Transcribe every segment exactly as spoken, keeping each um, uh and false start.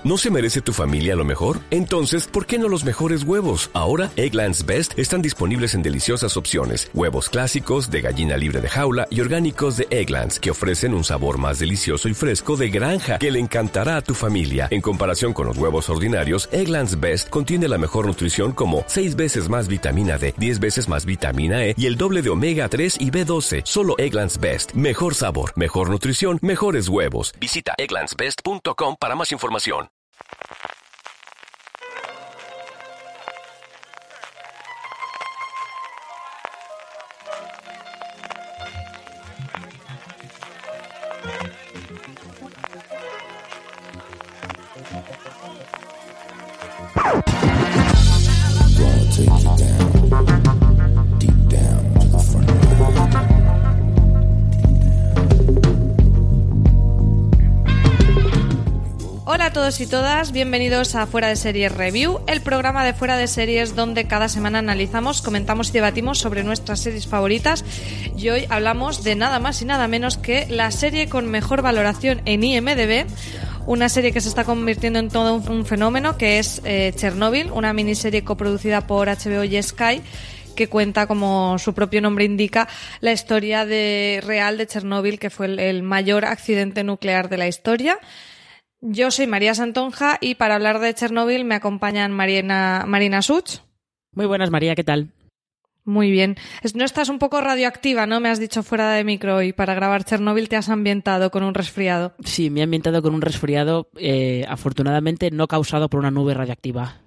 ¿No se merece tu familia lo mejor? Entonces, ¿por qué no los mejores huevos? Ahora, Eggland's Best están disponibles en deliciosas opciones. Huevos clásicos, de gallina libre de jaula y orgánicos de Eggland's, que ofrecen un sabor más delicioso y fresco de granja que le encantará a tu familia. En comparación con los huevos ordinarios, Eggland's Best contiene la mejor nutrición como seis veces más vitamina D, diez veces más vitamina E y el doble de omega tres y B doce. Solo Eggland's Best. Mejor sabor, mejor nutrición, mejores huevos. Visita egglands best punto com para más información. Hola a todos y todas, bienvenidos a Fuera de Series Review, el programa de Fuera de Series donde cada semana analizamos, comentamos y debatimos sobre nuestras series favoritas. Y hoy hablamos de nada más y nada menos que la serie con mejor valoración en I M D B, una serie que se está convirtiendo en todo un, un fenómeno, que es eh, Chernobyl, una miniserie coproducida por H B O y Sky, que cuenta, como su propio nombre indica, la historia de, real de Chernobyl, que fue el, el mayor accidente nuclear de la historia. Yo soy María Santonja y para hablar de Chernobyl me acompañan Marina, Marina Such. Muy buenas, María, ¿qué tal? Muy bien. No estás un poco radioactiva, ¿no? Me has dicho fuera de micro, y para grabar Chernobyl te has ambientado con un resfriado. Sí, me he ambientado con un resfriado, eh, afortunadamente no causado por una nube radiactiva.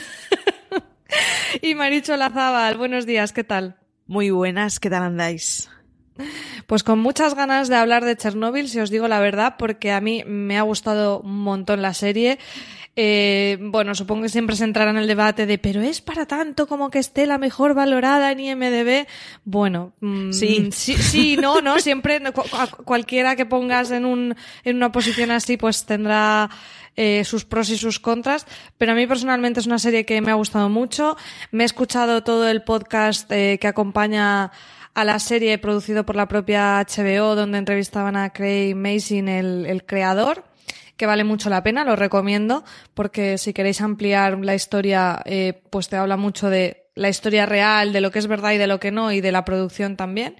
Y Maricho Lazábal, buenos días, ¿qué tal? Muy buenas, ¿qué tal andáis? Pues con muchas ganas de hablar de Chernobyl, si os digo la verdad, porque a mí me ha gustado un montón la serie. Eh, bueno, supongo que siempre se entrará en el debate de ¿pero es para tanto como que esté la mejor valorada en I M D B? Bueno, mmm, sí, sí, sí, no, no, siempre cu- cualquiera que pongas en un en una posición así pues tendrá eh, sus pros y sus contras, pero a mí personalmente es una serie que me ha gustado mucho. Me he escuchado todo el podcast eh, que acompaña a la serie, producido por la propia H B O, donde entrevistaban a Craig Mazin, el, el creador, que vale mucho la pena, lo recomiendo, porque si queréis ampliar la historia, eh, pues te habla mucho de la historia real, de lo que es verdad y de lo que no, y de la producción también.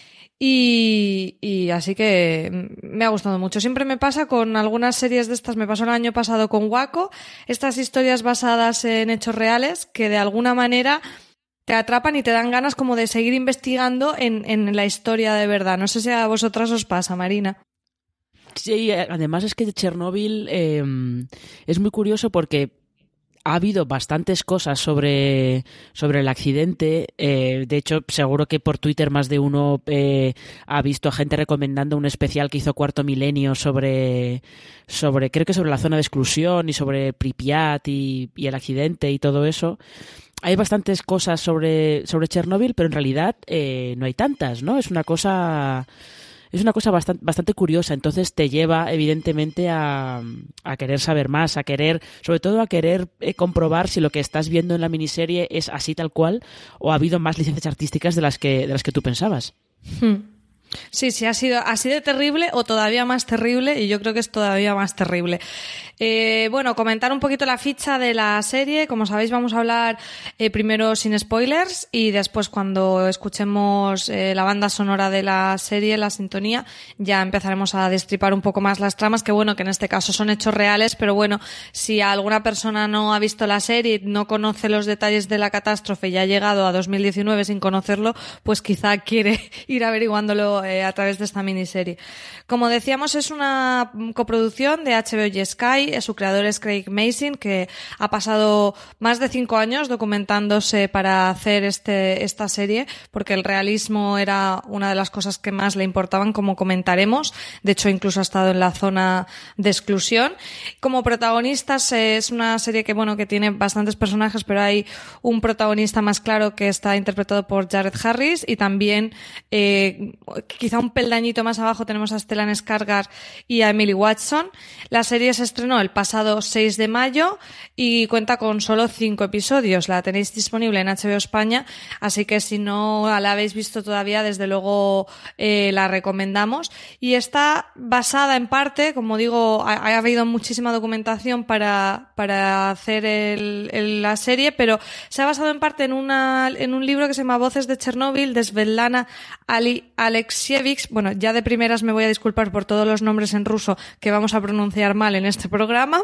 Y, y así que me ha gustado mucho. Siempre me pasa con algunas series de estas, me pasó el año pasado con Waco, estas historias basadas en hechos reales que de alguna manera te atrapan y te dan ganas como de seguir investigando en, en la historia de verdad. No sé si a vosotras os pasa, Marina. Sí, además es que Chernobyl eh, es muy curioso porque ha habido bastantes cosas sobre, sobre el accidente. Eh, de hecho, seguro que por Twitter más de uno eh, ha visto a gente recomendando un especial que hizo Cuarto Milenio sobre, sobre creo que sobre la zona de exclusión y sobre Pripyat y, y el accidente y todo eso. Hay bastantes cosas sobre, sobre Chernobyl, pero en realidad eh, no hay tantas, ¿no? Es una cosa, es una cosa bastante, bastante curiosa. Entonces te lleva, evidentemente, a, a querer saber más, a querer, sobre todo a querer eh, comprobar si lo que estás viendo en la miniserie es así tal cual o ha habido más licencias artísticas de las que, de las que tú pensabas. Hmm. Sí, sí, ha sido así de terrible o todavía más terrible, y yo creo que es todavía más terrible. Eh, bueno, comentar un poquito la ficha de la serie. Como sabéis, vamos a hablar eh, primero sin spoilers y después, cuando escuchemos eh, la banda sonora de la serie, la sintonía, ya empezaremos a destripar un poco más las tramas, que bueno, que en este caso son hechos reales, pero bueno, si alguna persona no ha visto la serie, no conoce los detalles de la catástrofe y ha llegado a dos mil diecinueve sin conocerlo, pues quizá quiere ir averiguándolo eh, a través de esta miniserie. Como decíamos, es una coproducción de H B O y Sky. Su creador es Craig Mazin, que ha pasado más de cinco años documentándose para hacer este, esta serie, porque el realismo era una de las cosas que más le importaban, como comentaremos. De hecho, incluso ha estado en la zona de exclusión. Como protagonistas, es una serie que, bueno, que tiene bastantes personajes, pero hay un protagonista más claro que está interpretado por Jared Harris, y también eh, quizá un peldañito más abajo tenemos a Stellan Skarsgård y a Emily Watson. La serie se estrenó el pasado seis de mayo y cuenta con solo cinco episodios. La tenéis disponible en H B O España, así que si no la habéis visto todavía, desde luego eh, la recomendamos. Y está basada en parte, como digo, ha, ha habido muchísima documentación para, para hacer el, el, la serie, pero se ha basado en parte en, una, en un libro que se llama Voces de Chernóbil, de Svetlana Ali Alexievich. Bueno, ya de primeras me voy a disculpar por todos los nombres en ruso que vamos a pronunciar mal en este programa.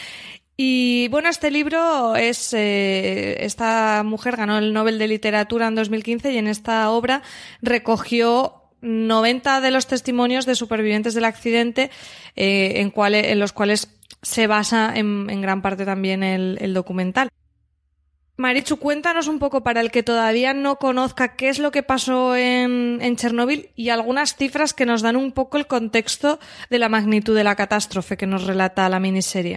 Y bueno, este libro es, eh, esta mujer ganó el Nobel de Literatura en dos mil quince y en esta obra recogió noventa de los testimonios de supervivientes del accidente, eh, en, cuales, en los cuales se basa en, en gran parte también el, el documental. Marichu, cuéntanos un poco, para el que todavía no conozca, qué es lo que pasó en, en Chernóbil y algunas cifras que nos dan un poco el contexto de la magnitud de la catástrofe que nos relata la miniserie.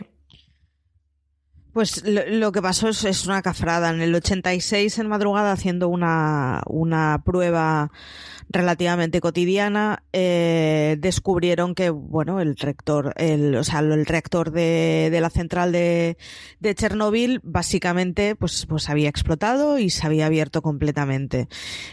Pues lo, lo que pasó es, es una cafrada. En el ochenta y seis, en madrugada, haciendo una, una prueba relativamente cotidiana, eh, descubrieron que, bueno, el reactor, el, o sea, el reactor de, de la central de, de Chernóbil, básicamente, pues, pues había explotado y se había abierto completamente.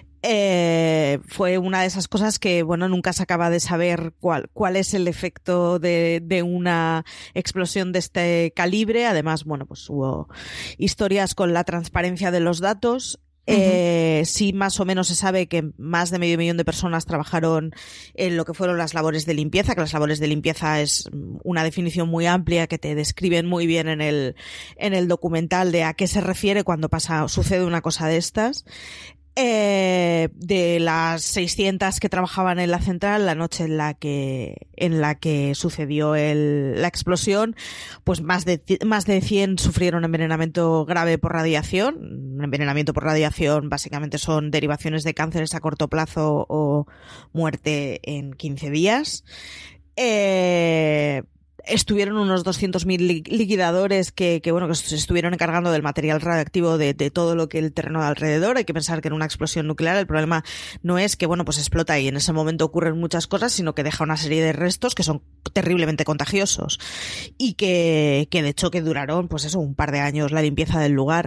Eh, fue una de esas cosas que, bueno, nunca se acaba de saber cuál, cuál es el efecto de, de una explosión de este calibre. Además, bueno, pues hubo historias con la transparencia de los datos. Uh-huh. Eh, sí, más o menos se sabe que más de medio millón de personas trabajaron en lo que fueron las labores de limpieza, que las labores de limpieza es una definición muy amplia que te describen muy bien en el, en el documental de a qué se refiere cuando pasa, sucede una cosa de estas. Eh, de las seiscientas que trabajaban en la central, la noche en la que en la que sucedió el, la explosión, pues más de más de cien sufrieron envenenamiento grave por radiación. Envenenamiento por radiación básicamente son derivaciones de cánceres a corto plazo o muerte en quince días. Eh, Estuvieron unos doscientos mil liquidadores que, que, bueno, que se estuvieron encargando del material radioactivo de, de todo lo que el terreno de alrededor. Hay que pensar que en una explosión nuclear el problema no es que, bueno, pues explota y en ese momento ocurren muchas cosas, sino que deja una serie de restos que son terriblemente contagiosos y que, que de hecho que duraron, pues eso, un par de años la limpieza del lugar.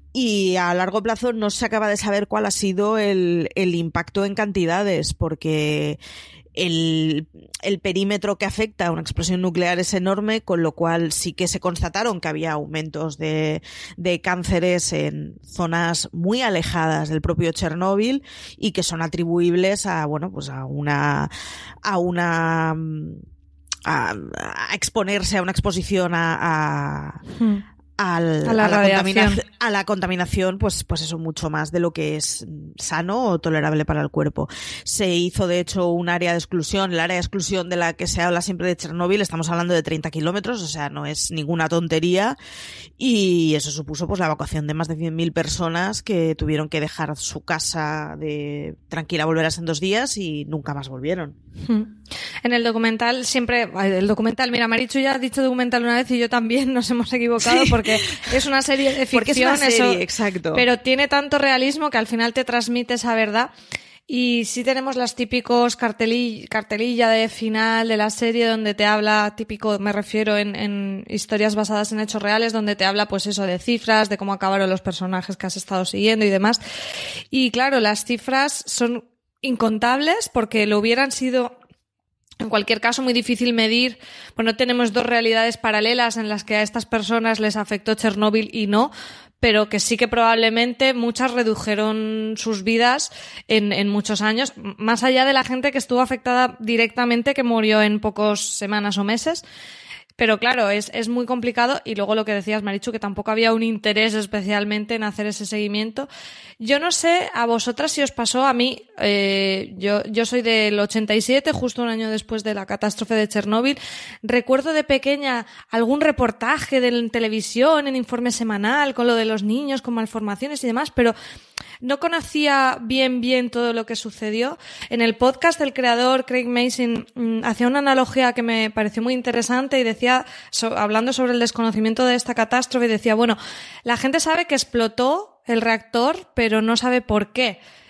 Y a largo plazo no se acaba de saber cuál ha sido el, el impacto en cantidades, porque El, el perímetro que afecta a una explosión nuclear es enorme, con lo cual sí que se constataron que había aumentos de, de cánceres en zonas muy alejadas del propio Chernóbil y que son atribuibles a, bueno, pues a una, a una, a, a exponerse a una exposición a, a hmm. Al, a la, a, la contaminación. a la contaminación, pues, pues eso, mucho más de lo que es sano o tolerable para el cuerpo. Se hizo, de hecho, un área de exclusión. El área de exclusión de la que se habla siempre de Chernóbil, estamos hablando de treinta kilómetros, o sea, no es ninguna tontería. Y eso supuso, pues, la evacuación de más de cien mil personas que tuvieron que dejar su casa de tranquila, volverás en dos días y nunca más volvieron. En el documental siempre, el documental, mira, Marichu ya ha dicho documental una vez y yo también, nos hemos equivocado, sí. Porque es una serie de ficción, porque es una serie, eso, exacto. Pero tiene tanto realismo que al final te transmite esa verdad. Y sí tenemos las típicos cartelilla, cartelilla de final de la serie donde te habla, típico, me refiero en, en historias basadas en hechos reales, donde te habla pues eso de cifras, de cómo acabaron los personajes que has estado siguiendo y demás. Y claro, las cifras son incontables porque lo hubieran sido, en cualquier caso, muy difícil medir. Bueno, tenemos dos realidades paralelas en las que a estas personas les afectó Chernóbil y no, pero que sí que probablemente muchas redujeron sus vidas en, en muchos años, más allá de la gente que estuvo afectada directamente, que murió en pocas semanas o meses. Pero claro, es, es muy complicado. Y luego lo que decías, Marichu, que tampoco había un interés especialmente en hacer ese seguimiento. Yo no sé a vosotras si os pasó, a mí, eh, yo, yo soy del ochenta y siete, justo un año después de la catástrofe de Chernóbil. Recuerdo de pequeña algún reportaje de, en televisión, en informe semanal, con lo de los niños, con malformaciones y demás, pero no conocía bien bien todo lo que sucedió. En el podcast del creador Craig Mazin mmm, hacía una analogía que me pareció muy interesante y decía, so, hablando sobre el desconocimiento de esta catástrofe, decía, bueno, la gente sabe que explotó el reactor, pero no sabe por qué.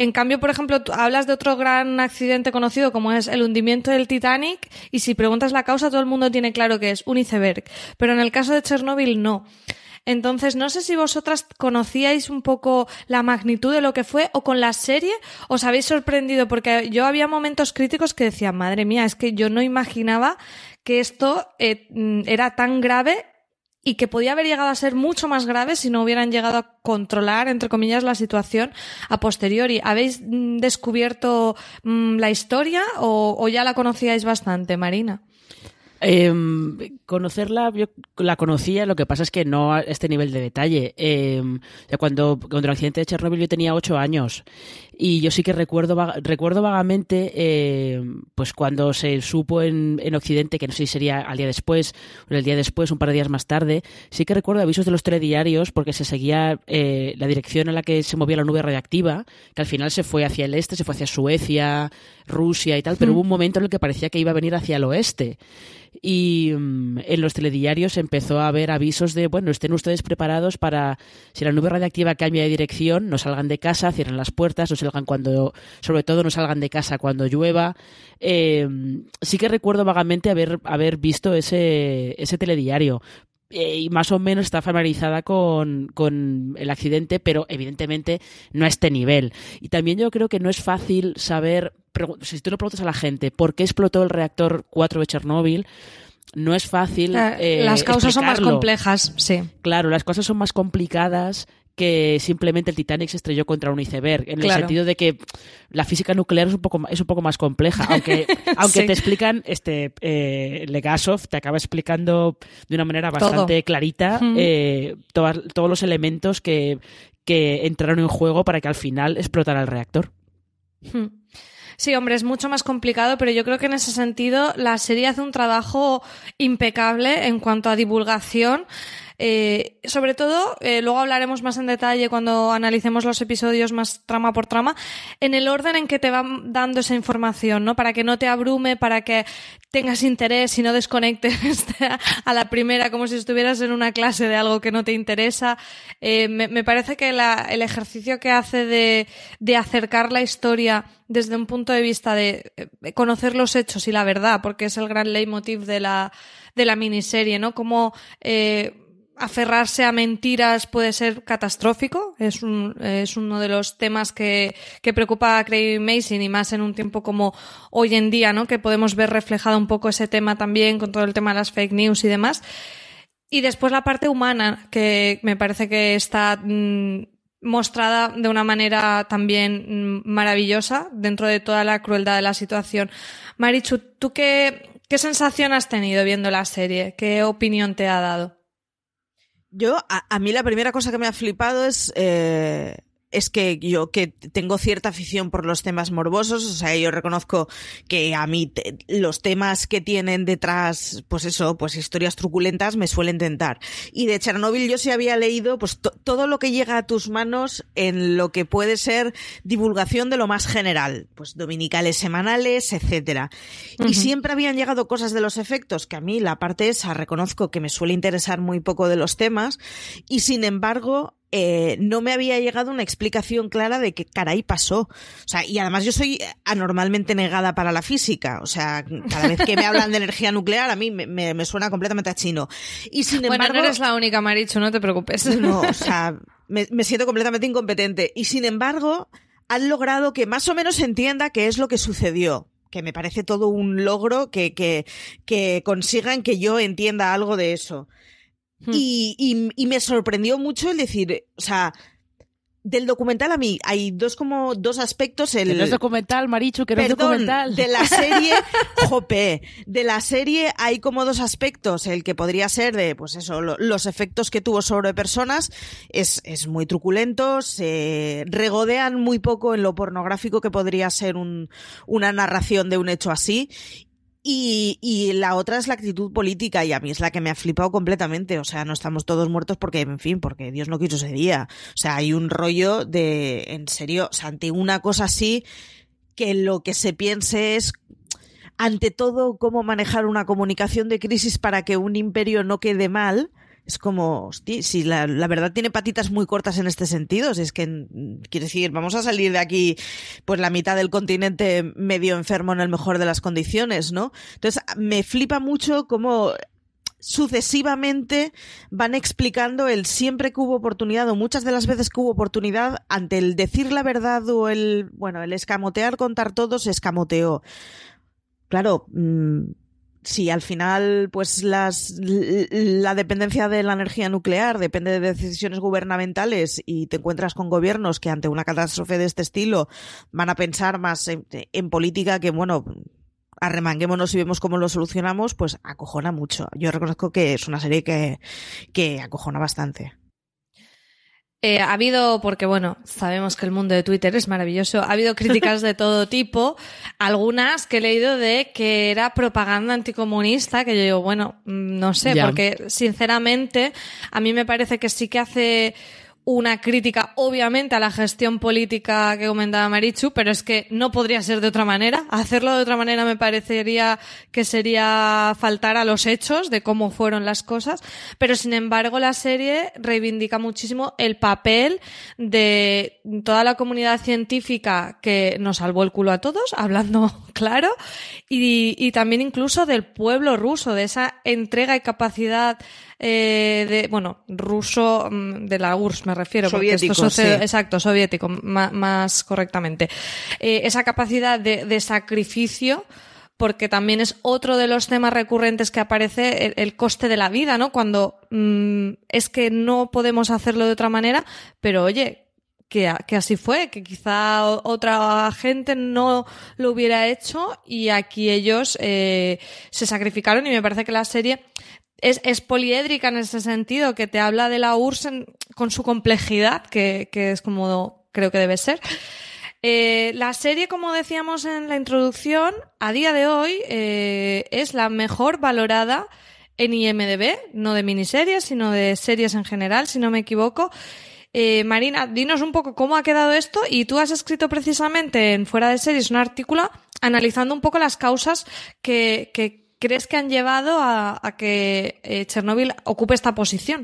En cambio, por ejemplo, tú hablas de otro gran accidente conocido como es el hundimiento del Titanic y si preguntas la causa todo el mundo tiene claro que es un iceberg, pero en el caso de Chernóbil no. Entonces, no sé si vosotras conocíais un poco la magnitud de lo que fue o con la serie os habéis sorprendido, porque yo había momentos críticos que decía, madre mía, es que yo no imaginaba que esto eh, era tan grave y que podía haber llegado a ser mucho más grave si no hubieran llegado a controlar, entre comillas, la situación a posteriori. ¿Habéis mm, descubierto mm, la historia o, o ya la conocíais bastante, Marina? Eh, conocerla, yo la conocía, lo que pasa es que no a este nivel de detalle. Eh, ya cuando, cuando el accidente de Chernóbil yo tenía ocho años y yo sí que recuerdo recuerdo vagamente eh, pues cuando se supo en, en Occidente, que no sé si sería al día después o el día después, un par de días más tarde, sí que recuerdo avisos de los telediarios porque se seguía eh, la dirección en la que se movía la nube radiactiva, que al final se fue hacia el este, se fue hacia Suecia, Rusia y tal, pero mm. hubo un momento en el que parecía que iba a venir hacia el oeste. Y um, en los telediarios empezó a haber avisos de, bueno, estén ustedes preparados para, si la nube radiactiva cambia de dirección, no salgan de casa, cierren las puertas, no salgan cuando, sobre todo no salgan de casa cuando llueva. Eh, sí que recuerdo vagamente haber, haber visto ese, ese telediario. Y más o menos está familiarizada con, con el accidente, pero evidentemente no a este nivel. Y también yo creo que no es fácil saber, si tú le preguntas a la gente por qué explotó el reactor cuatro de Chernóbil, no es fácil eh, Las causas explicarlo. Son más complejas, sí. Claro, las cosas son más complicadas que simplemente el Titanic se estrelló contra un iceberg, en claro. el sentido de que la física nuclear es un poco es un poco más compleja, aunque aunque sí. te explican este eh, Legasov te acaba explicando de una manera bastante Todo. clarita mm. eh, to- todos los elementos que que entraron en juego para que al final explotara el reactor. Mm. Sí, hombre, es mucho más complicado, pero yo creo que en ese sentido la serie hace un trabajo impecable en cuanto a divulgación. Eh, sobre todo, eh, luego hablaremos más en detalle cuando analicemos los episodios más trama por trama, en el orden en que te van dando esa información, ¿no? Para que no te abrume, para que tengas interés y no desconectes a la primera como si estuvieras en una clase de algo que no te interesa. Eh, me, me parece que la, el ejercicio que hace de, de acercar la historia desde un punto de vista de conocer los hechos y la verdad, porque es el gran leitmotiv de la, de la miniserie, ¿no? Como eh, aferrarse a mentiras puede ser catastrófico, es un, es uno de los temas que, que preocupa a Craig Mazin y más en un tiempo como hoy en día, ¿no? Que podemos ver reflejado un poco ese tema también con todo el tema de las fake news y demás. Y después la parte humana, que me parece que está mmm, mostrada de una manera también maravillosa dentro de toda la crueldad de la situación. Marichu, ¿tú qué, qué sensación has tenido viendo la serie? ¿Qué opinión te ha dado? Yo, a, a mí la primera cosa que me ha flipado es... Eh... es que yo que tengo cierta afición por los temas morbosos, o sea, yo reconozco que a mí te, los temas que tienen detrás, pues eso, pues historias truculentas me suelen tentar. Y de Chernóbil yo sí había leído pues to, todo lo que llega a tus manos en lo que puede ser divulgación de lo más general, pues dominicales, semanales, etcétera. Uh-huh. Y siempre habían llegado cosas de los efectos, que a mí la parte esa reconozco que me suele interesar muy poco de los temas, y sin embargo Eh, no me había llegado una explicación clara de qué caray pasó. O sea, y además yo soy anormalmente negada para la física. O sea, cada vez que me hablan de energía nuclear a mí me, me, me suena completamente a chino. Y sin bueno, embargo... no eres la única, Marichu, no te preocupes. No, o sea, me, me siento completamente incompetente. Y sin embargo, han logrado que más o menos se entienda qué es lo que sucedió. Que me parece todo un logro que, que, que consigan que yo entienda algo de eso. Y, y, y me sorprendió mucho el decir, o sea, del documental a mí hay dos como dos aspectos. El, que no es documental, Marichu, que no perdón, es documental. De la serie, jope, de la serie hay como dos aspectos. El que podría ser de, pues eso, lo, los efectos que tuvo sobre personas es, es muy truculento, se regodean muy poco en lo pornográfico que podría ser un, una narración de un hecho así. Y, y la otra es la actitud política, y a mí es la que me ha flipado completamente. O sea, no estamos todos muertos porque, en fin, porque Dios no quiso ese día. O sea, hay un rollo de, en serio, o sea, ante una cosa así, que lo que se piense es, ante todo, cómo manejar una comunicación de crisis para que un imperio no quede mal, Es como, hostia, si la, la verdad tiene patitas muy cortas en este sentido, si es que, quiere decir, vamos a salir de aquí, pues la mitad del continente medio enfermo en el mejor de las condiciones, ¿no? Entonces, me flipa mucho cómo sucesivamente van explicando el siempre que hubo oportunidad, o muchas de las veces que hubo oportunidad, ante el decir la verdad o el, bueno, el escamotear, contar todo, se escamoteó. Claro, mmm, si al final pues las la dependencia de la energía nuclear depende de decisiones gubernamentales y te encuentras con gobiernos que ante una catástrofe de este estilo van a pensar más en, en política que, bueno, arremanguémonos y vemos cómo lo solucionamos, pues acojona mucho. Yo reconozco que es una serie que, que acojona bastante. Eh, ha habido, porque bueno, sabemos que el mundo de Twitter es maravilloso, ha habido críticas de todo tipo, algunas que he leído de que era propaganda anticomunista, que yo digo, bueno, no sé, ya. Porque sinceramente a mí me parece que sí que hace una crítica, obviamente, a la gestión política que comentaba Marichu, pero es que no podría ser de otra manera. Hacerlo de otra manera me parecería que sería faltar a los hechos de cómo fueron las cosas, pero sin embargo la serie reivindica muchísimo el papel de toda la comunidad científica que nos salvó el culo a todos, hablando claro, y, y también incluso del pueblo ruso, de esa entrega y capacidad Eh, de, bueno, ruso, de la U R S S me refiero, soviético, porque esto sucede, sí. Exacto, soviético, más, más correctamente. Eh, esa capacidad de, de sacrificio, porque también es otro de los temas recurrentes que aparece, el, el coste de la vida, ¿no? Cuando mmm, es que no podemos hacerlo de otra manera, pero oye, que, que así fue, que quizá otra gente no lo hubiera hecho y aquí ellos eh, se sacrificaron, y me parece que la serie Es, es poliédrica en ese sentido, que te habla de la U R S S en, con su complejidad, que, que es como creo que debe ser. Eh, la serie, como decíamos en la introducción, a día de hoy eh, es la mejor valorada en I M D B, no de miniseries, sino de series en general, si no me equivoco. Eh, Marina, dinos un poco cómo ha quedado esto, y tú has escrito precisamente en Fuera de Series un artículo analizando un poco las causas que, que crees que han llevado a, a que eh, Chernobyl ocupe esta posición.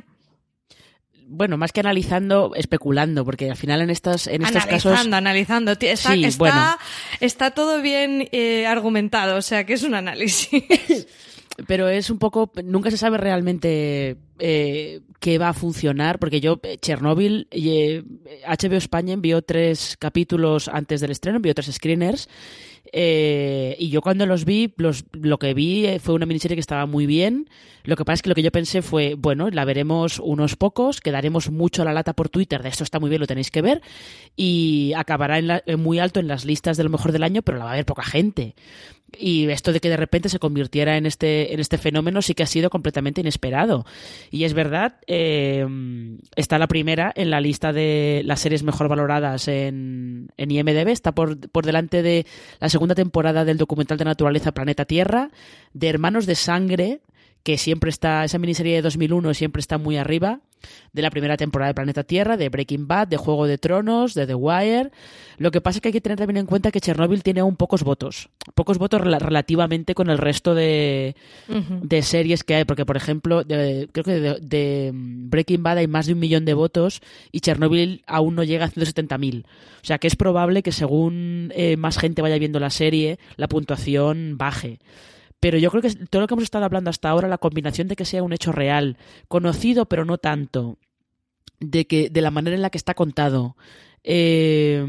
Bueno, más que analizando, especulando, porque al final en estos, en estos analizando, casos... Analizando, analizando. Está, sí, está, bueno. está todo bien eh, argumentado, o sea que es un análisis. Pero es un poco... Nunca se sabe realmente eh, qué va a funcionar, porque yo, Chernobyl, eh, H B O España envió tres capítulos antes del estreno, envió tres screeners, Eh, y yo cuando los vi, los, lo que vi fue una miniserie que estaba muy bien. Lo que pasa es que lo que yo pensé fue, bueno, la veremos unos pocos, quedaremos mucho a la lata por Twitter, de esto está muy bien, lo tenéis que ver, y acabará en la, muy alto en las listas de lo mejor del año, pero la va a ver poca gente. Y esto de que de repente se convirtiera en este, en este fenómeno sí que ha sido completamente inesperado. Y es verdad, eh, está la primera en la lista de las series mejor valoradas en, en I M D B, está por, por delante de la segunda temporada del documental de naturaleza Planeta Tierra, de Hermanos de Sangre, que siempre está, esa miniserie de dos mil uno siempre está muy arriba, de la primera temporada de Planeta Tierra, de Breaking Bad, de Juego de Tronos, de The Wire. Lo que pasa es que hay que tener también en cuenta que Chernobyl tiene aún pocos votos, pocos votos rel- relativamente con el resto de, uh-huh. de series que hay, porque por ejemplo, de, creo que de, de Breaking Bad hay más de un millón de votos y Chernobyl aún no llega a ciento setenta mil. O sea que es probable que según eh, más gente vaya viendo la serie, la puntuación baje. Pero yo creo que todo lo que hemos estado hablando hasta ahora, la combinación de que sea un hecho real, conocido pero no tanto, de que de la manera en la que está contado, eh,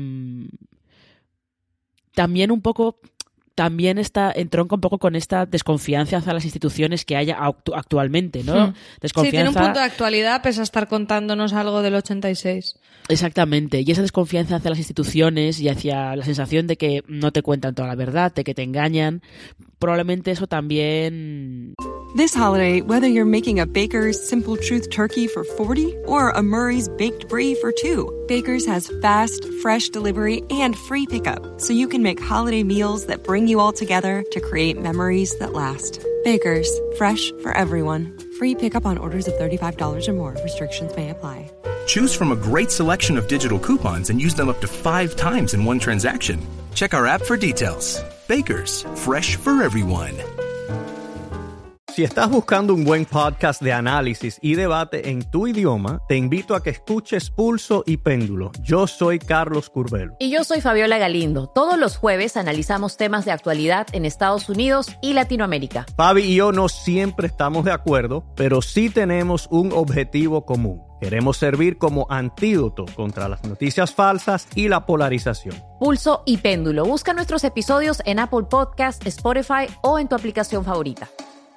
también un poco, también está entronca un poco con esta desconfianza hacia las instituciones que haya actu- actualmente, ¿no? Hmm. Desconfianza... Sí, tiene un punto de actualidad pese a estar contándonos algo del ochenta y seis. Exactamente, y esa desconfianza hacia las instituciones y hacia la sensación de que no te cuentan toda la verdad, de que te engañan, probablemente eso también... This holiday, whether you're making a Baker's Simple Truth turkey for forty or a Murray's Baked Brie for two, Baker's has fast, fresh delivery and free pickup, so you can make holiday meals that bring you all together to create memories that last. Baker's, fresh for everyone. Free pickup on orders of thirty-five dollars or more. Restrictions may apply. Choose from a great selection of digital coupons and use them up to five times in one transaction. Check our app for details. Baker's, fresh for everyone. Si estás buscando un buen podcast de análisis y debate en tu idioma, te invito a que escuches Pulso y Péndulo. Yo soy Carlos Curbelo. Y yo soy Fabiola Galindo. Todos los jueves analizamos temas de actualidad en Estados Unidos y Latinoamérica. Fabi y yo no siempre estamos de acuerdo, pero sí tenemos un objetivo común. Queremos servir como antídoto contra las noticias falsas y la polarización. Pulso y Péndulo. Busca nuestros episodios en Apple Podcasts, Spotify o en tu aplicación favorita.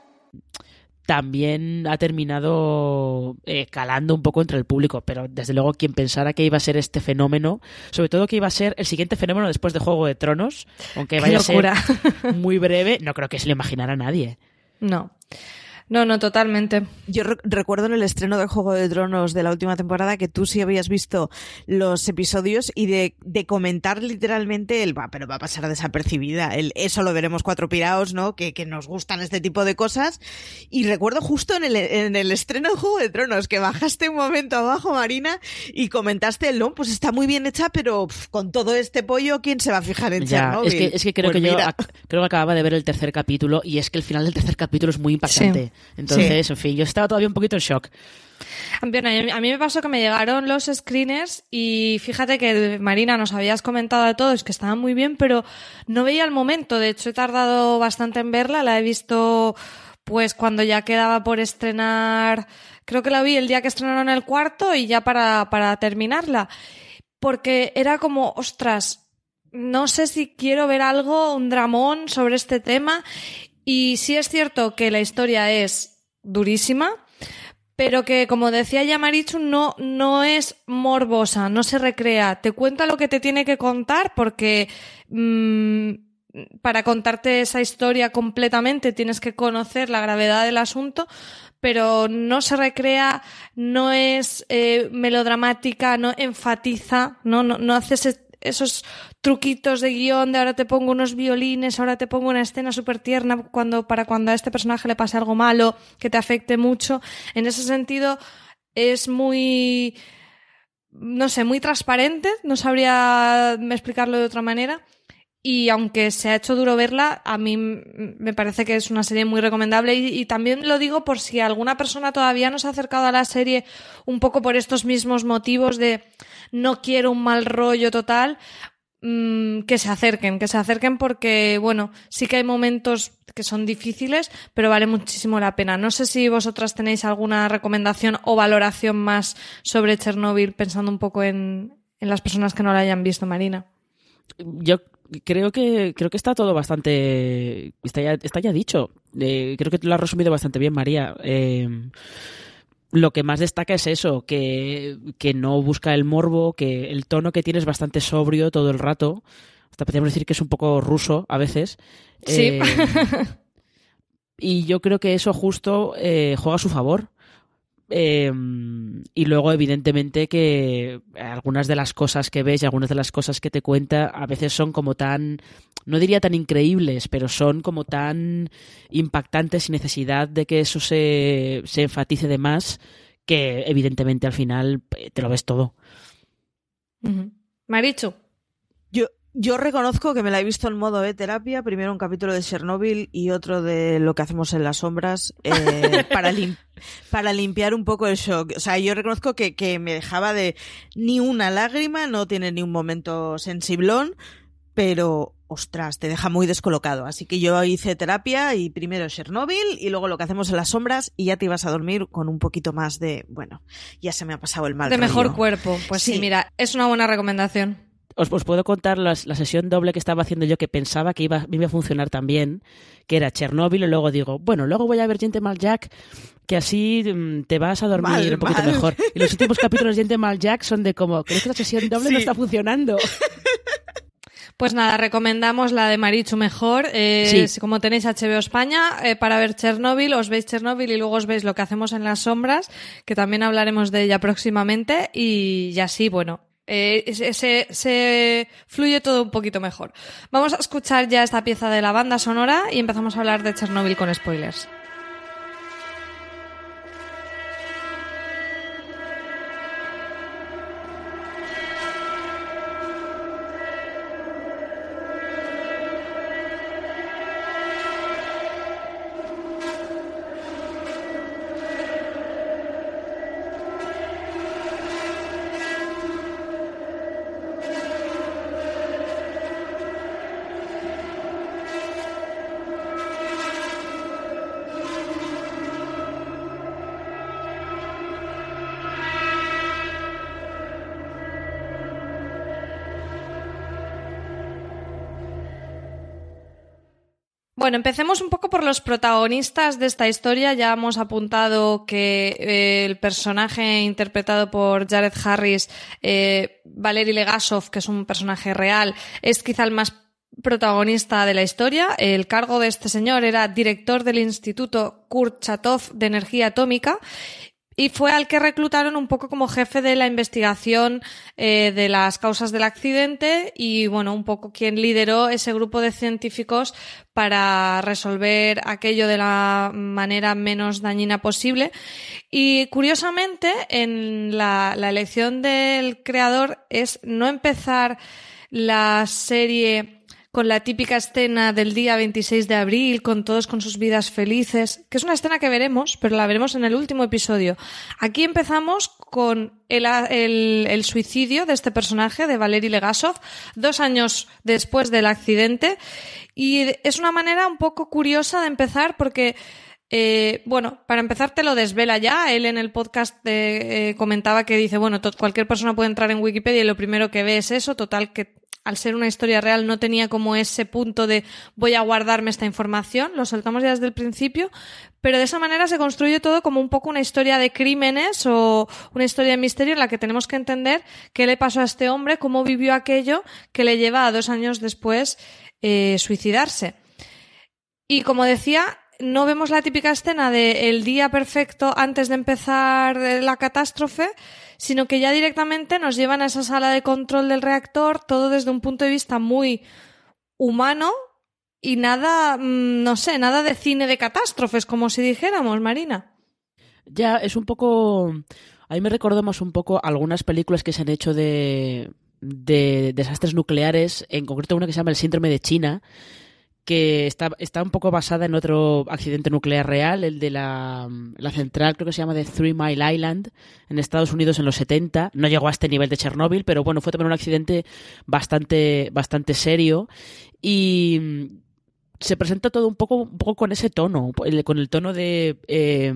También ha terminado eh, calando un poco entre el público, pero desde luego quien pensara que iba a ser este fenómeno, sobre todo que iba a ser el siguiente fenómeno después de Juego de Tronos, aunque vaya a ser muy breve, no creo que se lo imaginara nadie. No. No, no, totalmente. Yo re- recuerdo en el estreno de Juego de Tronos de la última temporada que tú sí habías visto los episodios y de, de comentar literalmente el va, pero va a pasar desapercibida, el eso lo veremos cuatro piraos, ¿no? Que, que nos gustan este tipo de cosas. Y recuerdo justo en el, en el estreno de Juego de Tronos que bajaste un momento abajo, Marina, y comentaste el no, pues está muy bien hecha, pero pff, con todo este pollo, ¿quién se va a fijar en ya, Chernobyl? Es que, es que creo pues que mira. yo ac- creo que acababa de ver el tercer capítulo y es que el final del tercer capítulo es muy impactante. Sí. Entonces, sí. en fin, yo estaba todavía un poquito en shock. Bueno, a mí me pasó que me llegaron los screeners y fíjate que, Marina, nos habías comentado a todos que estaban muy bien, pero no veía el momento. De hecho, he tardado bastante en verla. La he visto pues cuando ya quedaba por estrenar. Creo que la vi el día que estrenaron el cuarto y ya para, para terminarla. Porque era como, ostras, no sé si quiero ver algo, un dramón sobre este tema. Y sí es cierto que la historia es durísima, pero que, como decía ya Marichu, no, no es morbosa, no se recrea. Te cuenta lo que te tiene que contar porque mmm, para contarte esa historia completamente tienes que conocer la gravedad del asunto, pero no se recrea, no es eh, melodramática, no enfatiza, no, no, no hace ese, esos truquitos de guión de ahora te pongo unos violines, ahora te pongo una escena súper tierna cuando, para cuando a este personaje le pase algo malo, que te afecte mucho. En ese sentido es muy, no sé, muy transparente, no sabría explicarlo de otra manera. Y aunque se ha hecho duro verla, a mí me parece que es una serie muy recomendable y, y también lo digo por si alguna persona todavía no se ha acercado a la serie un poco por estos mismos motivos de no quiero un mal rollo total, mmm, que se acerquen, que se acerquen porque, bueno, sí que hay momentos que son difíciles, pero vale muchísimo la pena. No sé si vosotras tenéis alguna recomendación o valoración más sobre Chernobyl pensando un poco en, en las personas que no la hayan visto, Marina. Yo creo que creo que está todo bastante está ya, está ya dicho. Eh, creo que tú lo has resumido bastante bien, María. Eh, lo que más destaca es eso, que, que no busca el morbo, que el tono que tiene es bastante sobrio todo el rato. Hasta podríamos decir que es un poco ruso a veces. Sí. Eh, y yo creo que eso justo eh, juega a su favor. Eh, y luego evidentemente que algunas de las cosas que ves y algunas de las cosas que te cuenta a veces son como tan, no diría tan increíbles, pero son como tan impactantes sin necesidad de que eso se, se enfatice de más, que evidentemente al final te lo ves todo. Uh-huh. Marichu. Yo Yo reconozco que me la he visto en modo de terapia, primero un capítulo de Chernobyl y otro de Lo que hacemos en las sombras, eh, para, lim- para limpiar un poco el shock. O sea, yo reconozco que, que me dejaba de ni una lágrima, no tiene ni un momento sensiblón, pero, ostras, te deja muy descolocado. Así que yo hice terapia y primero Chernobyl y luego Lo que hacemos en las sombras y ya te ibas a dormir con un poquito más de, bueno, ya se me ha pasado el mal De rollo. mejor cuerpo. Pues sí. sí, mira, es una buena recomendación. Os, os puedo contar las, la sesión doble que estaba haciendo yo que pensaba que iba, iba a funcionar tan que era Chernobyl y luego digo, bueno, luego voy a ver Gentleman Jack, que así mmm, te vas a dormir mal, un poquito mal. mejor. Y los últimos capítulos de Gentleman Jack son de como, creo que la sesión doble Sí. no está funcionando. Pues nada, recomendamos la de Marichu mejor. Eh, Sí. Como tenéis H B O España, eh, para ver Chernobyl, os veis Chernobyl y luego os veis Lo que hacemos en las sombras, que también hablaremos de ella próximamente y ya sí, bueno, eh, se, se, se fluye todo un poquito mejor. Vamos a escuchar ya esta pieza de la banda sonora y empezamos a hablar de Chernobyl con spoilers. Bueno, empecemos un poco por los protagonistas de esta historia. Ya hemos apuntado que eh, el personaje interpretado por Jared Harris, eh, Valery Legasov, que es un personaje real, es quizá el más protagonista de la historia. El cargo de este señor era director del Instituto Kurchatov de Energía Atómica y fue al que reclutaron un poco como jefe de la investigación eh, de las causas del accidente y, bueno, un poco quien lideró ese grupo de científicos para resolver aquello de la manera menos dañina posible. Y, curiosamente, en la, la elección del creador es no empezar la serie con la típica escena del día veintiséis de abril, con todos con sus vidas felices, que es una escena que veremos, pero la veremos en el último episodio. Aquí empezamos con el, el, el suicidio de este personaje, de Valery Legasov, dos años después del accidente, y es una manera un poco curiosa de empezar porque... Eh, bueno, para empezar te lo desvela ya. Él en el podcast eh, eh, comentaba que dice, bueno, to- cualquier persona puede entrar en Wikipedia y lo primero que ve es eso, total que al ser una historia real no tenía como ese punto de voy a guardarme esta información, lo soltamos ya desde el principio, pero de esa manera se construye todo como un poco una historia de crímenes o una historia de misterio en la que tenemos que entender qué le pasó a este hombre, cómo vivió aquello que le lleva a dos años después eh, suicidarse. Y como decía, no vemos la típica escena de el día perfecto antes de empezar la catástrofe, sino que ya directamente nos llevan a esa sala de control del reactor, todo desde un punto de vista muy humano y nada, no sé, nada de cine de catástrofes, como si dijéramos, Marina. Ya, es un poco... A mí me recordó más un poco algunas películas que se han hecho de, de desastres nucleares, en concreto una que se llama El síndrome de China, que está, está un poco basada en otro accidente nuclear real, el de la, la central, creo que se llama de Three Mile Island, en Estados Unidos en los setenta. No llegó a este nivel de Chernóbil, pero bueno, fue también un accidente bastante, bastante serio y se presenta todo un poco, un poco con ese tono, con el tono de... Eh,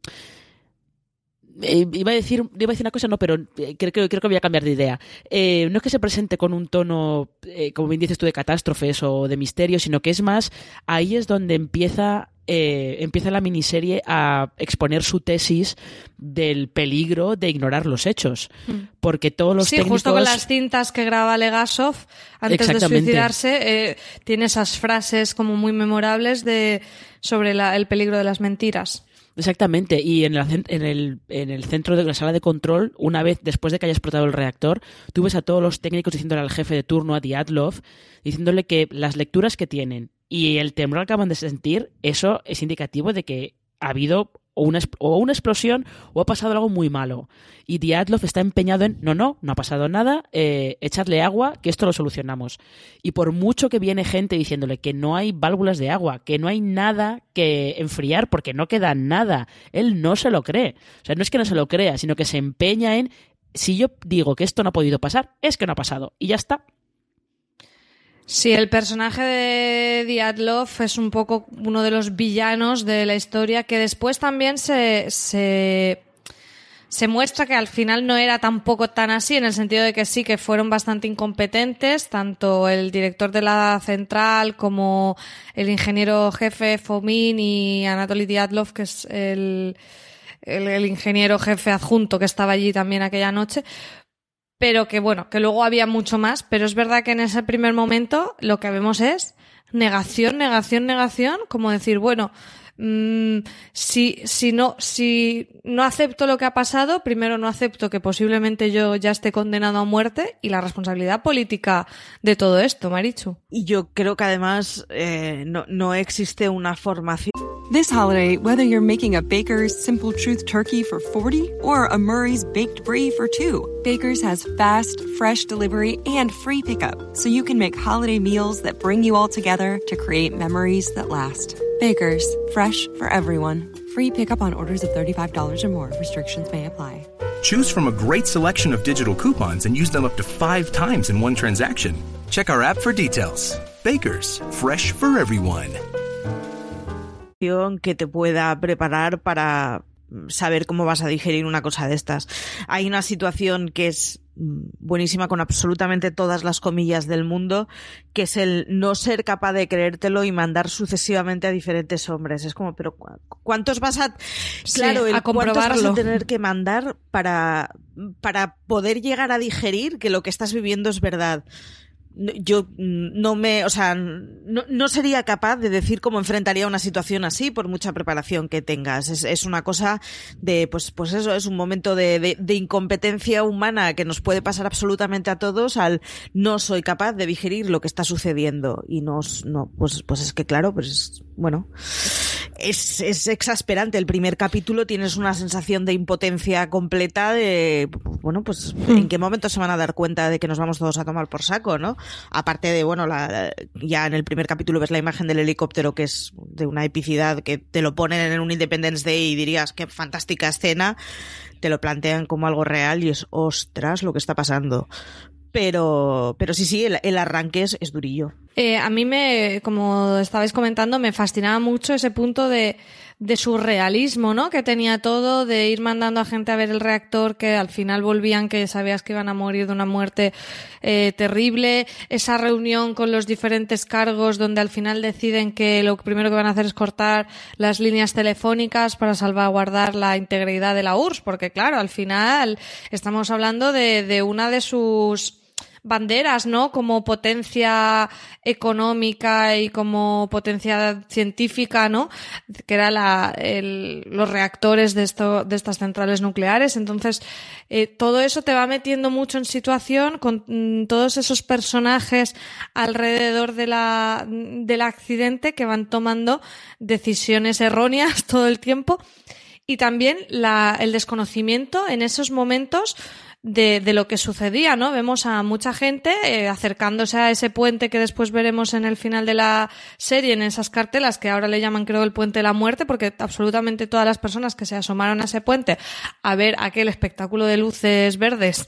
Eh, iba a decir iba a decir una cosa, no, pero eh, creo, creo, creo que voy a cambiar de idea. Eh, no es que se presente con un tono, eh, como bien dices tú, de catástrofes o de misterio, sino que es más, ahí es donde empieza eh, empieza la miniserie a exponer su tesis del peligro de ignorar los hechos. Porque todos los sí, técnicos... justo con las cintas que graba Legasov antes de suicidarse, eh, tiene esas frases como muy memorables de sobre la, el peligro de las mentiras. Exactamente, y en, la, en, el, en el centro de la sala de control, una vez después de que haya explotado el reactor, tú ves a todos los técnicos diciéndole al jefe de turno, a Dyatlov, diciéndole que las lecturas que tienen y el temor que acaban de sentir, eso es indicativo de que ha habido o una, o una explosión o ha pasado algo muy malo. Y Dyatlov está empeñado en, no, no, no ha pasado nada, eh, echarle agua, que esto lo solucionamos. Y por mucho que viene gente diciéndole que no hay válvulas de agua, que no hay nada que enfriar porque no queda nada, él no se lo cree. O sea, no es que no se lo crea, sino que se empeña en, si yo digo que esto no ha podido pasar, es que no ha pasado. Y ya está. Sí, el personaje de Dyatlov es un poco uno de los villanos de la historia que después también se, se, se muestra que al final no era tampoco tan así, en el sentido de que sí que fueron bastante incompetentes, tanto el director de la central como el ingeniero jefe Fomin y Anatoly Dyatlov, que es el, el, el ingeniero jefe adjunto que estaba allí también aquella noche. Pero que bueno, que luego había mucho más, pero es verdad que en ese primer momento lo que vemos es negación, negación, negación, como decir, bueno, mmm, si, si no, si no acepto lo que ha pasado, primero no acepto que posiblemente yo ya esté condenado a muerte y la responsabilidad política de todo esto, Marichu. Y yo creo que además eh, no, no existe una formación. This holiday, whether you're making a Baker's Simple Truth turkey for forty or a Murray's Baked Brie for two, Baker's has fast, fresh delivery and free pickup, so you can make holiday meals that bring you all together to create memories that last. Baker's, fresh for everyone. Free pickup on orders of thirty-five dollars or more. Restrictions may apply. Choose from a great selection of digital coupons and use them up to five times in one transaction. Check our app for details. Baker's, fresh for everyone. Que te pueda preparar para saber cómo vas a digerir una cosa de estas. Hay una situación que es buenísima con absolutamente todas las comillas del mundo, que es el no ser capaz de creértelo y mandar sucesivamente a diferentes hombres. Es como, pero ¿cuántos vas a... Claro, sí, el a cuántos vas a comprobarlo. tener que mandar para, para poder llegar a digerir que lo que estás viviendo es verdad? Yo no me, o sea, no, no sería capaz de decir cómo enfrentaría una situación así por mucha preparación que tengas. Es, es una cosa de, pues, pues eso, es un momento de, de, de incompetencia humana que nos puede pasar absolutamente a todos al no soy capaz de digerir lo que está sucediendo. Y no, no pues, pues es que claro, pues bueno, es, es exasperante. El primer capítulo tienes una sensación de impotencia completa de, bueno, pues en qué momento se van a dar cuenta de que nos vamos todos a tomar por saco, ¿no? Aparte de, bueno, la, ya en el primer capítulo ves la imagen del helicóptero que es de una epicidad que te lo ponen en un Independence Day y dirías qué fantástica escena, te lo plantean como algo real y es ostras lo que está pasando. Pero, pero sí, sí, el, el arranque es, es durillo. Eh, a mí me, como estabais comentando, me fascinaba mucho ese punto de, de surrealismo, ¿no? Que tenía todo, de ir mandando a gente a ver el reactor, que al final volvían, que sabías que iban a morir de una muerte eh, terrible. Esa reunión con los diferentes cargos, donde al final deciden que lo primero que van a hacer es cortar las líneas telefónicas para salvaguardar la integridad de la U R S S, porque claro, al final estamos hablando de, de una de sus banderas, ¿no? Como potencia económica y como potencia científica, ¿no? Que era la, el, los reactores de esto, de estas centrales nucleares. Entonces, eh, todo eso te va metiendo mucho en situación con mm, todos esos personajes alrededor de la, del accidente que van tomando decisiones erróneas todo el tiempo. Y también la, el desconocimiento en esos momentos de, de lo que sucedía, ¿no? Vemos a mucha gente eh, acercándose a ese puente que después veremos en el final de la serie, en esas cartelas que ahora le llaman, creo, el puente de la muerte, porque absolutamente todas las personas que se asomaron a ese puente a ver aquel espectáculo de luces verdes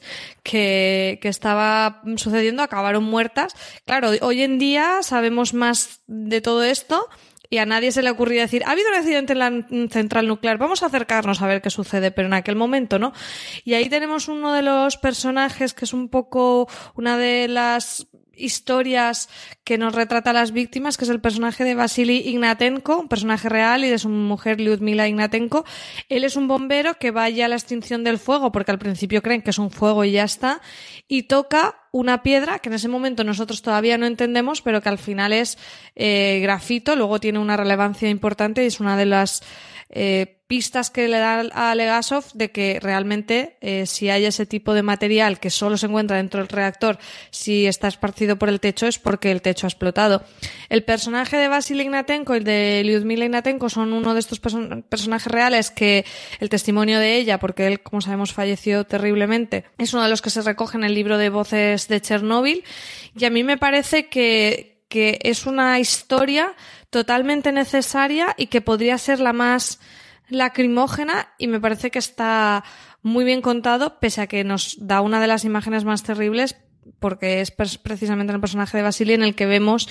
que, que estaba sucediendo acabaron muertas. Claro, hoy en día sabemos más de todo esto y a nadie se le ocurría decir, ha habido un accidente en la central nuclear, vamos a acercarnos a ver qué sucede, pero en aquel momento, ¿no? Y ahí tenemos uno de los personajes que es un poco una de las historias que nos retrata a las víctimas, que es el personaje de Vasily Ignatenko, un personaje real, y de su mujer Lyudmila Ignatenko. Él es un bombero que va ya a la extinción del fuego, porque al principio creen que es un fuego y ya está, y toca una piedra que en ese momento nosotros todavía no entendemos, pero que al final es eh, grafito, luego tiene una relevancia importante y es una de las eh, pistas que le da a Legasov de que realmente eh, si hay ese tipo de material que solo se encuentra dentro del reactor, si está esparcido por el techo, es porque el techo ha explotado. El personaje de Vasily Ignatenko y el de Lyudmila Ignatenko son uno de estos perso- personajes reales que el testimonio de ella, porque él, como sabemos, falleció terriblemente, es uno de los que se recoge en el libro de Voces de Chernóbil, y a mí me parece que, que es una historia totalmente necesaria y que podría ser la más lacrimógena, y me parece que está muy bien contado, pese a que nos da una de las imágenes más terribles, porque es precisamente en el personaje de Vasily en el que vemos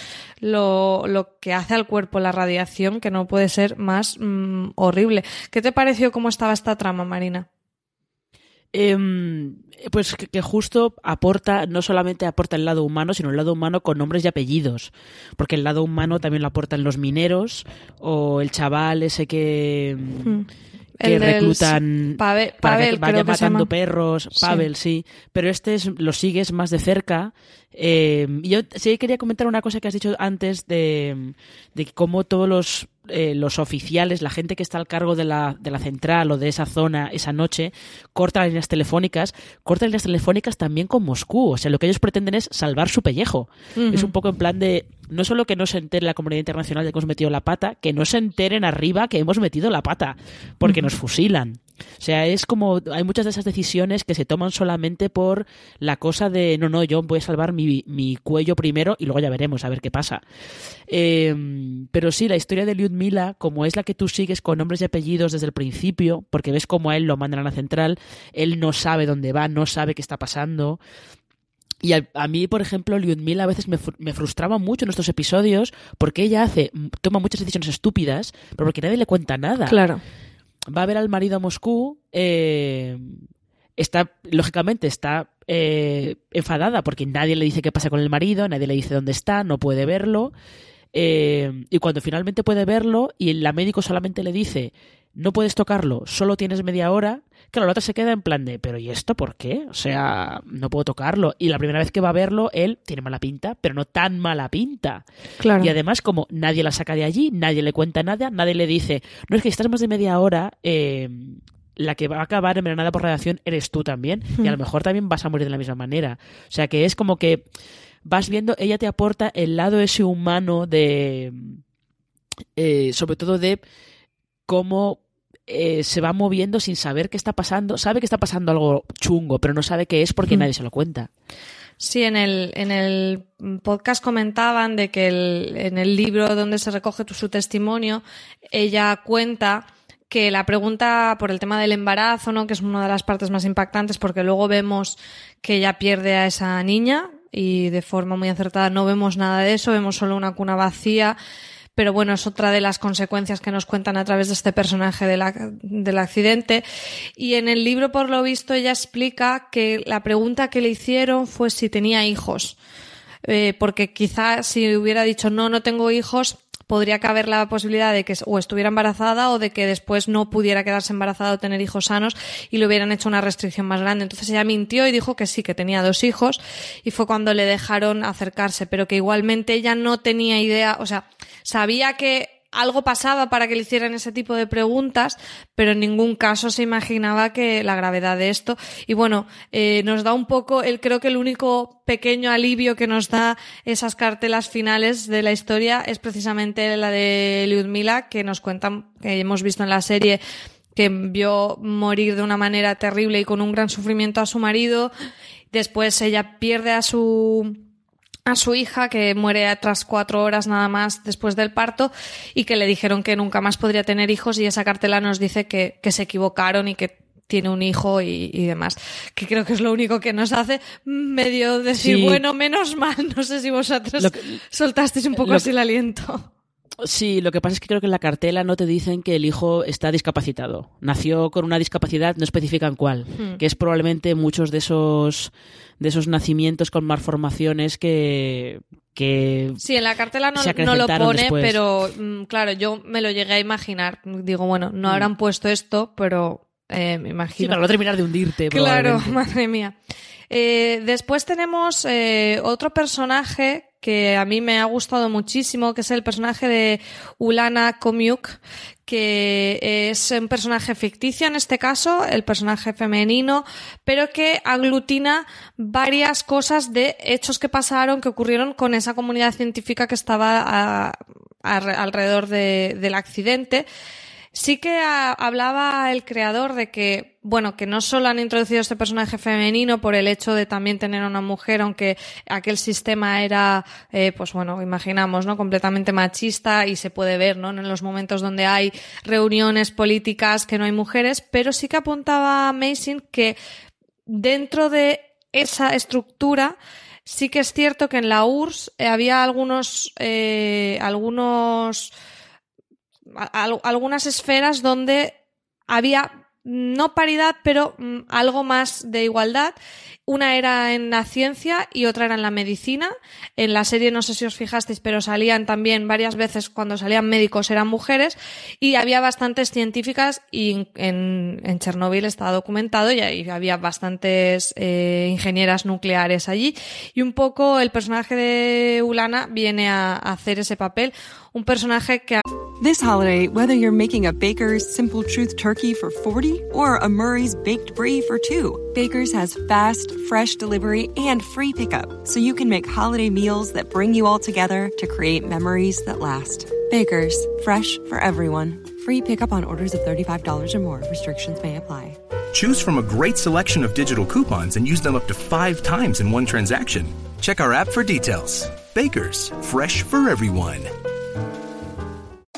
lo, lo que hace al cuerpo la radiación, que no puede ser más mmm, horrible. ¿Qué te pareció cómo estaba esta trama, Marina? Eh, pues que, que justo aporta, no solamente aporta el lado humano, sino el lado humano con nombres y apellidos, porque el lado humano también lo aportan los mineros o el chaval ese que, hmm. que reclutan Pavel, para Pavel, que vaya matando que perros, Pavel, sí. sí, pero este es, lo sigues más de cerca. Eh, yo sí quería comentar una cosa que has dicho antes de, de cómo todos los Eh, los oficiales, la gente que está al cargo de la, de la central o de esa zona esa noche, cortan líneas telefónicas, cortan líneas telefónicas también con Moscú. O sea, lo que ellos pretenden es salvar su pellejo. Uh-huh. Es un poco en plan de, no solo que no se entere la comunidad internacional de que hemos metido la pata, que no se enteren arriba que hemos metido la pata, porque uh-huh. nos fusilan. O sea, es como, hay muchas de esas decisiones que se toman solamente por la cosa de, no, no, yo voy a salvar mi, mi cuello primero y luego ya veremos a ver qué pasa. Eh, pero sí, la historia de Lyudmila, como es la que tú sigues con nombres y apellidos desde el principio, porque ves cómo a él lo mandan a la central, él no sabe dónde va, no sabe qué está pasando. Y a, a mí, por ejemplo, Lyudmila a veces me, me frustraba mucho en estos episodios porque ella hace, toma muchas decisiones estúpidas, pero porque nadie le cuenta nada. Claro. Va a ver al marido a Moscú, eh, está, lógicamente, está eh, enfadada porque nadie le dice qué pasa con el marido, nadie le dice dónde está, no puede verlo. Eh, y cuando finalmente puede verlo y la médico solamente le dice no puedes tocarlo, solo tienes media hora, claro, la otra se queda en plan de ¿pero y esto por qué? O sea, no puedo tocarlo. Y la primera vez que va a verlo, él tiene mala pinta, pero no tan mala pinta. Claro. Y además, como nadie la saca de allí, nadie le cuenta nada, nadie le dice no, es que estás más de media hora, eh, la que va a acabar envenenada por radiación eres tú también, y a lo mejor también vas a morir de la misma manera. O sea, que es como que vas viendo, ella te aporta el lado ese humano de... Eh, sobre todo de cómo eh, se va moviendo sin saber qué está pasando. Sabe que está pasando algo chungo, pero no sabe qué es porque mm. nadie se lo cuenta. Sí, en el, en el podcast comentaban de que el, en el libro donde se recoge su testimonio, ella cuenta que la pregunta por el tema del embarazo, ¿no?, que es una de las partes más impactantes, porque luego vemos que ella pierde a esa niña y de forma muy acertada no vemos nada de eso, vemos solo una cuna vacía. Pero bueno, es otra de las consecuencias que nos cuentan a través de este personaje de la, del accidente. Y en el libro, por lo visto, ella explica que la pregunta que le hicieron fue si tenía hijos. Eh, porque quizá si hubiera dicho no, no tengo hijos, podría caber la posibilidad de que o estuviera embarazada o de que después no pudiera quedarse embarazada o tener hijos sanos y le hubieran hecho una restricción más grande. Entonces ella mintió y dijo que sí, que tenía dos hijos, y fue cuando le dejaron acercarse, pero que igualmente ella no tenía idea, o sea, sabía que algo pasaba para que le hicieran ese tipo de preguntas, pero en ningún caso se imaginaba que la gravedad de esto. Y bueno, eh, nos da un poco, el, creo que el único pequeño alivio que nos da esas cartelas finales de la historia es precisamente la de Lyudmila, que nos cuentan, que hemos visto en la serie, que vio morir de una manera terrible y con un gran sufrimiento a su marido. Después ella pierde a su... a su hija, que muere tras cuatro horas nada más después del parto, y que le dijeron que nunca más podría tener hijos, y esa cartela nos dice que, que se equivocaron y que tiene un hijo y, y demás, que creo que es lo único que nos hace medio decir, sí, bueno, menos mal. No sé si vosotros que, soltasteis un poco así el aliento. Sí, lo que pasa es que creo que en la cartela no te dicen que el hijo está discapacitado. Nació con una discapacidad, no especifican cuál, hmm. que es probablemente muchos de esos de esos nacimientos con malformaciones que... que sí, en la cartela no, no lo pone, después. Pero claro, yo me lo llegué a imaginar. Digo, bueno, no hmm. habrán puesto esto, pero eh, me imagino... Sí, para no terminar de hundirte. Claro, madre mía. Eh, después tenemos eh, otro personaje que a mí me ha gustado muchísimo, que es el personaje de Ulana Komiuk, que es un personaje ficticio en este caso, el personaje femenino, pero que aglutina varias cosas de hechos que pasaron, que ocurrieron con esa comunidad científica que estaba a, a, alrededor de, del accidente. Sí que a, hablaba el creador de que, bueno, que no solo han introducido este personaje femenino por el hecho de también tener a una mujer, aunque aquel sistema era, eh, pues bueno, imaginamos, ¿no?, completamente machista, y se puede ver, ¿no?, en los momentos donde hay reuniones políticas que no hay mujeres, pero sí que apuntaba Mason que dentro de esa estructura sí que es cierto que en la U R S S eh, había algunos, eh, algunos, algunas esferas donde había no paridad, pero mm, algo más de igualdad. Una era en la ciencia y otra era en la medicina. En la serie, no sé si os fijasteis, pero salían también varias veces, cuando salían médicos eran mujeres, y había bastantes científicas, y en, en Chernóbil está documentado, y ahí había bastantes eh, ingenieras nucleares allí, y un poco el personaje de Ulana viene a, a hacer ese papel, un personaje que... This holiday, whether you're making a Baker's Simple Truth turkey for forty or a Murray's Baked Brie for two, Baker's has fast, fresh delivery and free pickup, so you can make holiday meals that bring you all together to create memories that last. Baker's, fresh for everyone. Free pickup on orders of thirty-five dollars or more. Restrictions may apply. Choose from a great selection of digital coupons and use them up to five times in one transaction. Check our app for details. Baker's, fresh for everyone.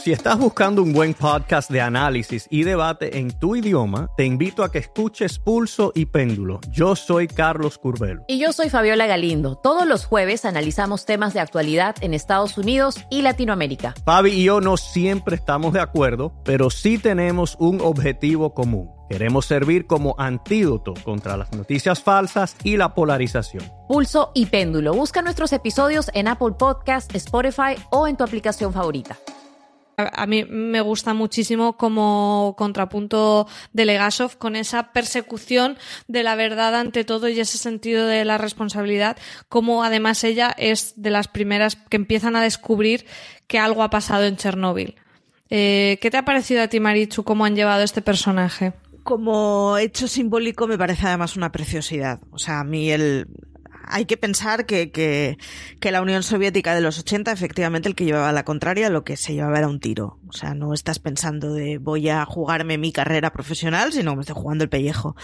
Si estás buscando un buen podcast de análisis y debate en tu idioma, te invito a que escuches Pulso y Péndulo. Yo soy Carlos Curbelo. Y yo soy Fabiola Galindo. Todos los jueves analizamos temas de actualidad en Estados Unidos y Latinoamérica. Fabi y yo no siempre estamos de acuerdo, pero sí tenemos un objetivo común. Queremos servir como antídoto contra las noticias falsas y la polarización. Pulso y Péndulo. Busca nuestros episodios en Apple Podcast, Spotify o en tu aplicación favorita. A mí me gusta muchísimo como contrapunto de Legasov con esa persecución de la verdad ante todo y ese sentido de la responsabilidad, como además ella es de las primeras que empiezan a descubrir que algo ha pasado en Chernóbil. Eh, ¿Qué te ha parecido a ti, Marichu, cómo han llevado este personaje? Como hecho simbólico me parece además una preciosidad. O sea, a mí el... Hay que pensar que, que, que la Unión Soviética de los ochenta, efectivamente, el que llevaba la contraria, lo que se llevaba era un tiro. O sea, no estás pensando de voy a jugarme mi carrera profesional, sino que me estoy jugando el pellejo.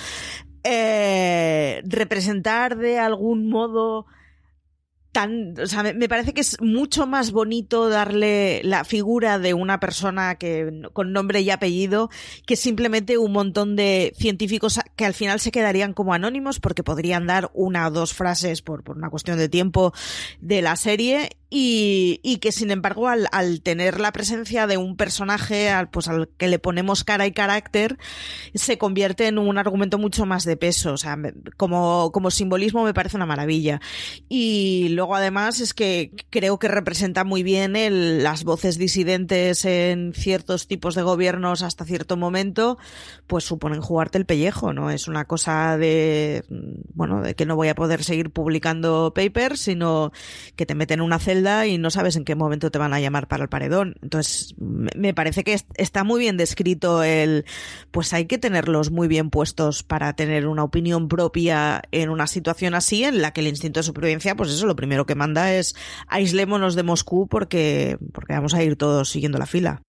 Eh, representar de algún modo... Tan, o sea, me parece que es mucho más bonito darle la figura de una persona que con nombre y apellido que simplemente un montón de científicos que al final se quedarían como anónimos porque podrían dar una o dos frases por, por una cuestión de tiempo de la serie y, y que sin embargo al, al tener la presencia de un personaje al, pues al que le ponemos cara y carácter se convierte en un argumento mucho más de peso. O sea, como, como simbolismo me parece una maravilla. Y luego además es que creo que representa muy bien el, las voces disidentes en ciertos tipos de gobiernos hasta cierto momento, pues suponen jugarte el pellejo, ¿no? Es una cosa de, bueno, de que no voy a poder seguir publicando papers, sino que te meten en una celda y no sabes en qué momento te van a llamar para el paredón. Entonces, me parece que está muy bien descrito el, pues hay que tenerlos muy bien puestos para tener una opinión propia en una situación así en la que el instinto de supervivencia, pues eso, lo primero que manda es aislémonos de Moscú porque, porque vamos a ir todos siguiendo la fila.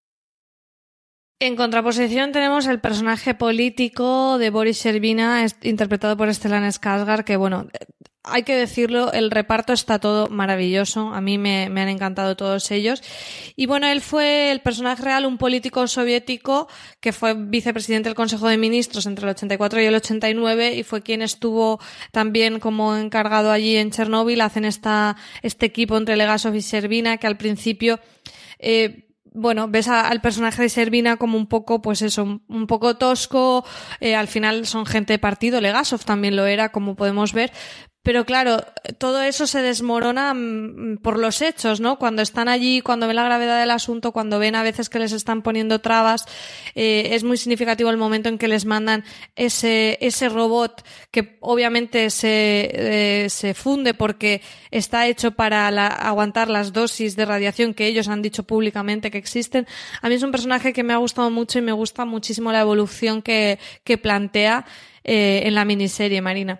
En contraposición tenemos el personaje político de Boris Sherbina, interpretado por Stellan Skarsgård, que bueno, hay que decirlo, el reparto está todo maravilloso, a mí me, me han encantado todos ellos. Y bueno, él fue el personaje real, un político soviético que fue vicepresidente del Consejo de Ministros entre el ochenta y cuatro y el ochenta y nueve y fue quien estuvo también como encargado allí en Chernóbil. Hacen esta, este equipo entre Legasov y Sherbina que al principio... Eh, Bueno, ves a, al personaje de Sherbina como un poco, pues eso, un, un poco tosco, eh, al final son gente de partido, Legasov también lo era, como podemos ver, pero claro, todo eso se desmorona mmm, por los hechos, ¿no? Cuando están allí, cuando ven la gravedad del asunto, cuando ven a veces que les están poniendo trabas, eh, es muy significativo el momento en que les mandan ese, ese robot que obviamente se, eh, se funde porque está hecho para la, aguantar las dosis de radiación que ellos han dicho públicamente que existen. A mí es un personaje que me ha gustado mucho y me gusta muchísimo la evolución que, que plantea eh, en la miniserie, Marina.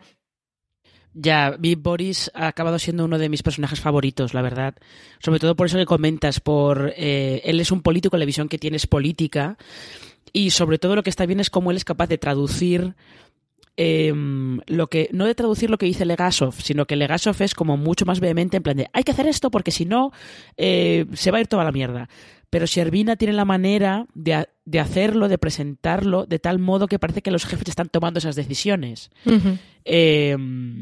Ya, mi Boris ha acabado siendo uno de mis personajes favoritos, la verdad. Sobre todo por eso que comentas, por eh, él es un político, la visión que tiene es política, y sobre todo lo que está bien es cómo él es capaz de traducir eh, lo que, no de traducir lo que dice Legasov, sino que Legasov es como mucho más vehemente en plan de hay que hacer esto porque si no eh, se va a ir toda la mierda. Pero Sherbina tiene la manera de, de hacerlo, de presentarlo, de tal modo que parece que los jefes están tomando esas decisiones. Uh-huh. Eh,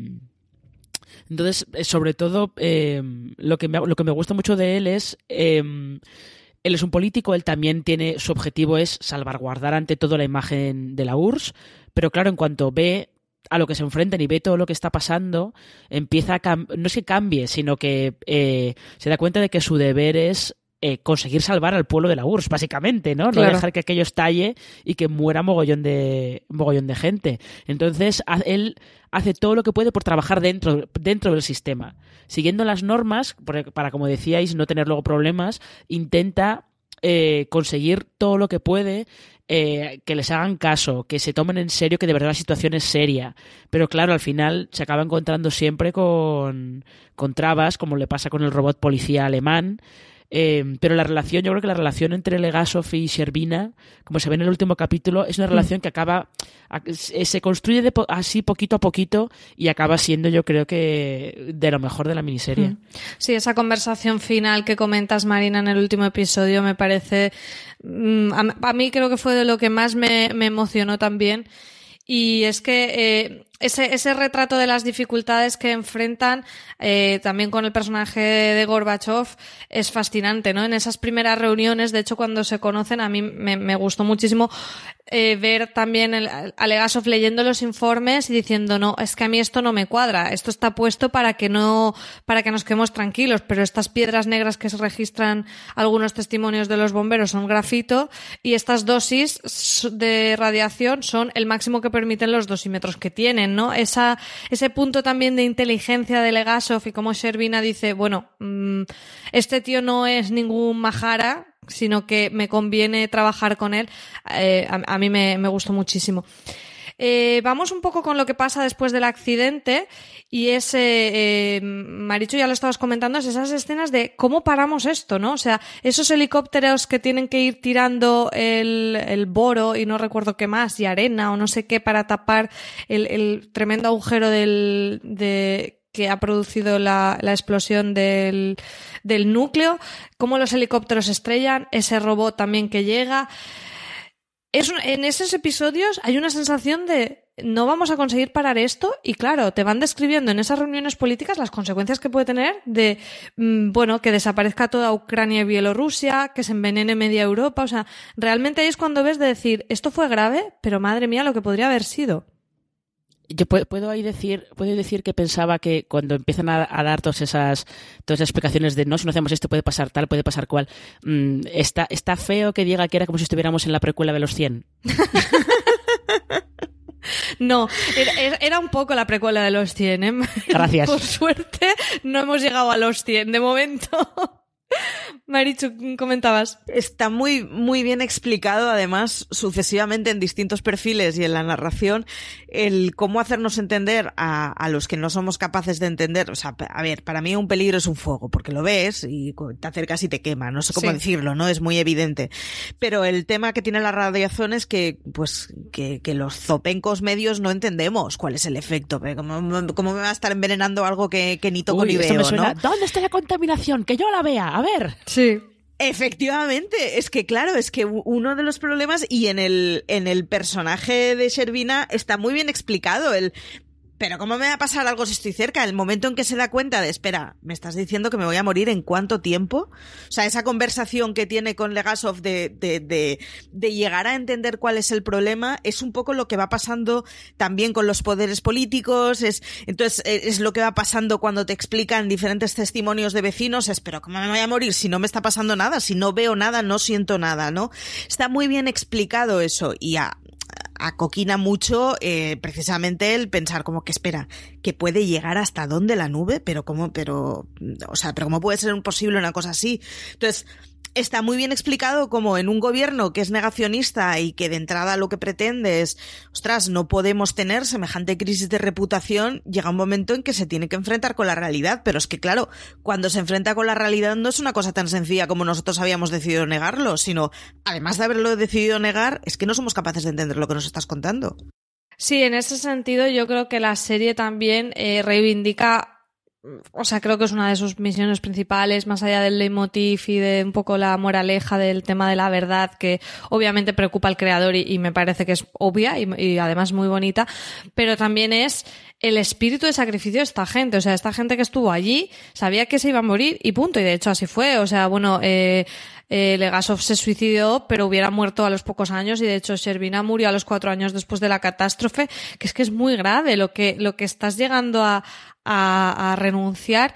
entonces, sobre todo, eh, lo, que me, lo que me gusta mucho de él es... Eh, él es un político, él también tiene... Su objetivo es salvaguardar ante todo la imagen de la U R S S, pero claro, en cuanto ve a lo que se enfrentan y ve todo lo que está pasando, empieza a... Cam- no es que cambie, sino que eh, se da cuenta de que su deber es... Eh, conseguir salvar al pueblo de la U R S S, básicamente, ¿no? Claro. No dejar que aquello estalle y que muera mogollón de mogollón de gente. Entonces, a, él hace todo lo que puede por trabajar dentro, dentro del sistema. Siguiendo las normas, para, como decíais, no tener luego problemas, intenta eh, conseguir todo lo que puede, eh, que les hagan caso, que se tomen en serio que de verdad la situación es seria. Pero claro, al final se acaba encontrando siempre con, con trabas, como le pasa con el robot policía alemán, Eh, pero la relación, yo creo que la relación entre Legasov y Shervina, como se ve en el último capítulo, es una relación que acaba, se construye de po- así poquito a poquito y acaba siendo, yo creo que, de lo mejor de la miniserie. Sí, esa conversación final que comentas, Marina, en el último episodio me parece, a, a mí creo que fue de lo que más me, me emocionó también. Y es que eh, ese, ese retrato de las dificultades que enfrentan eh, también con el personaje de Gorbachev es fascinante, ¿no? En esas primeras reuniones, de hecho, cuando se conocen, a mí me, me gustó muchísimo eh, ver también el, a Legasov leyendo los informes y diciendo, no, es que a mí esto no me cuadra, esto está puesto para que no, para que nos quedemos tranquilos, pero estas piedras negras que se registran algunos testimonios de los bomberos son grafito y estas dosis de radiación son el máximo que permiten los dosímetros que tienen, ¿no? Esa, ese punto también de inteligencia de Legasov y como Shervina dice, bueno, mmm, este tío no es ningún majara, sino que me conviene trabajar con él, eh, a, a mí me, me gustó muchísimo. Eh, vamos un poco con lo que pasa después del accidente y es, eh, eh, Marichu, ya lo estabas comentando, es esas escenas de cómo paramos esto, ¿no? O sea, esos helicópteros que tienen que ir tirando el, el boro y no recuerdo qué más, y arena o no sé qué para tapar el, el tremendo agujero del, de, que ha producido la, la explosión del, del núcleo, cómo los helicópteros estrellan, ese robot también que llega. Es un, en esos episodios hay una sensación de no vamos a conseguir parar esto y claro, te van describiendo en esas reuniones políticas las consecuencias que puede tener de, mmm, bueno, que desaparezca toda Ucrania y Bielorrusia, que se envenene media Europa, o sea, realmente ahí es cuando ves de decir, esto fue grave, pero madre mía lo que podría haber sido. Yo puedo, puedo ahí decir, puedo decir que pensaba que cuando empiezan a, a dar todas esas, todas esas explicaciones de no, si no hacemos esto puede pasar tal, puede pasar cual, mmm, está, está feo que diga que era como si estuviéramos en la precuela de los cien. No, era, era un poco la precuela de los cien, ¿eh? Gracias. Por suerte no hemos llegado a los cien de momento. Marichu, comentabas. Está muy, muy bien explicado, además, sucesivamente en distintos perfiles y en la narración, el cómo hacernos entender a, a los que no somos capaces de entender. O sea, a ver, para mí un peligro es un fuego, porque lo ves y te acercas y te quema. No sé cómo sí. decirlo, ¿no? Es muy evidente. Pero el tema que tiene la radiación es que, pues, que, que los zopencos medios no entendemos cuál es el efecto. ¿Cómo, cómo me va a estar envenenando algo que, que ni toco Uy, ni veo, me suena, ¿no? ¿Dónde está la contaminación? Que yo la vea. A ver. Sí. Efectivamente, es que claro, es que uno de los problemas y en el en el personaje de Shervina está muy bien explicado el pero ¿cómo me va a pasar algo si estoy cerca? El momento en que se da cuenta de, espera, ¿me estás diciendo que me voy a morir en cuánto tiempo? O sea, esa conversación que tiene con Legasov de, de, de, de llegar a entender cuál es el problema es un poco lo que va pasando también con los poderes políticos, es entonces es lo que va pasando cuando te explican diferentes testimonios de vecinos, es, pero ¿cómo me voy a morir si no me está pasando nada? Si no veo nada, no siento nada, ¿no? Está muy bien explicado eso y a acoquina mucho eh, precisamente el pensar como que espera, que puede llegar hasta dónde la nube, pero cómo, pero, o sea, pero cómo puede ser posible una cosa así. Entonces, está muy bien explicado como en un gobierno que es negacionista y que de entrada lo que pretende es, ostras, no podemos tener semejante crisis de reputación, llega un momento en que se tiene que enfrentar con la realidad, pero es que claro, cuando se enfrenta con la realidad no es una cosa tan sencilla como nosotros habíamos decidido negarlo, sino, además de haberlo decidido negar, es que no somos capaces de entender lo que nos estás contando. Sí, en ese sentido yo creo que la serie también eh, reivindica, o sea, creo que es una de sus misiones principales, más allá del leitmotiv y de un poco la moraleja del tema de la verdad, que obviamente preocupa al creador y, y me parece que es obvia y, y además muy bonita, pero también es el espíritu de sacrificio de esta gente. O sea, esta gente que estuvo allí sabía que se iba a morir y punto, y de hecho así fue. O sea, bueno, eh, eh, Legasov se suicidó, pero hubiera muerto a los pocos años, y de hecho Shervina murió a los cuatro años después de la catástrofe, que es que es muy grave lo que, lo que estás llegando a A, a renunciar.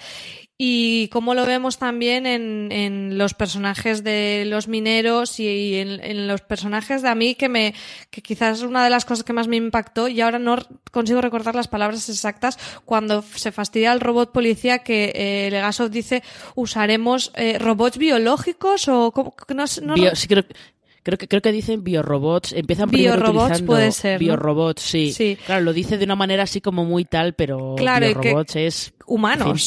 Y como lo vemos también en, en los personajes de los mineros y, y en, en los personajes de a mí que me que quizás es una de las cosas que más me impactó, y ahora no consigo recordar las palabras exactas, cuando se fastidia el robot policía que eh, Legasov dice usaremos eh, robots biológicos o ¿cómo? no, no, Bio, sí, creo Creo que, creo que dicen biorobots, empiezan primero biorobots, utilizando puede ser, ¿no? biorobots, sí. sí. Claro, lo dice de una manera así como muy tal, pero claro, biorobots que es... humanos.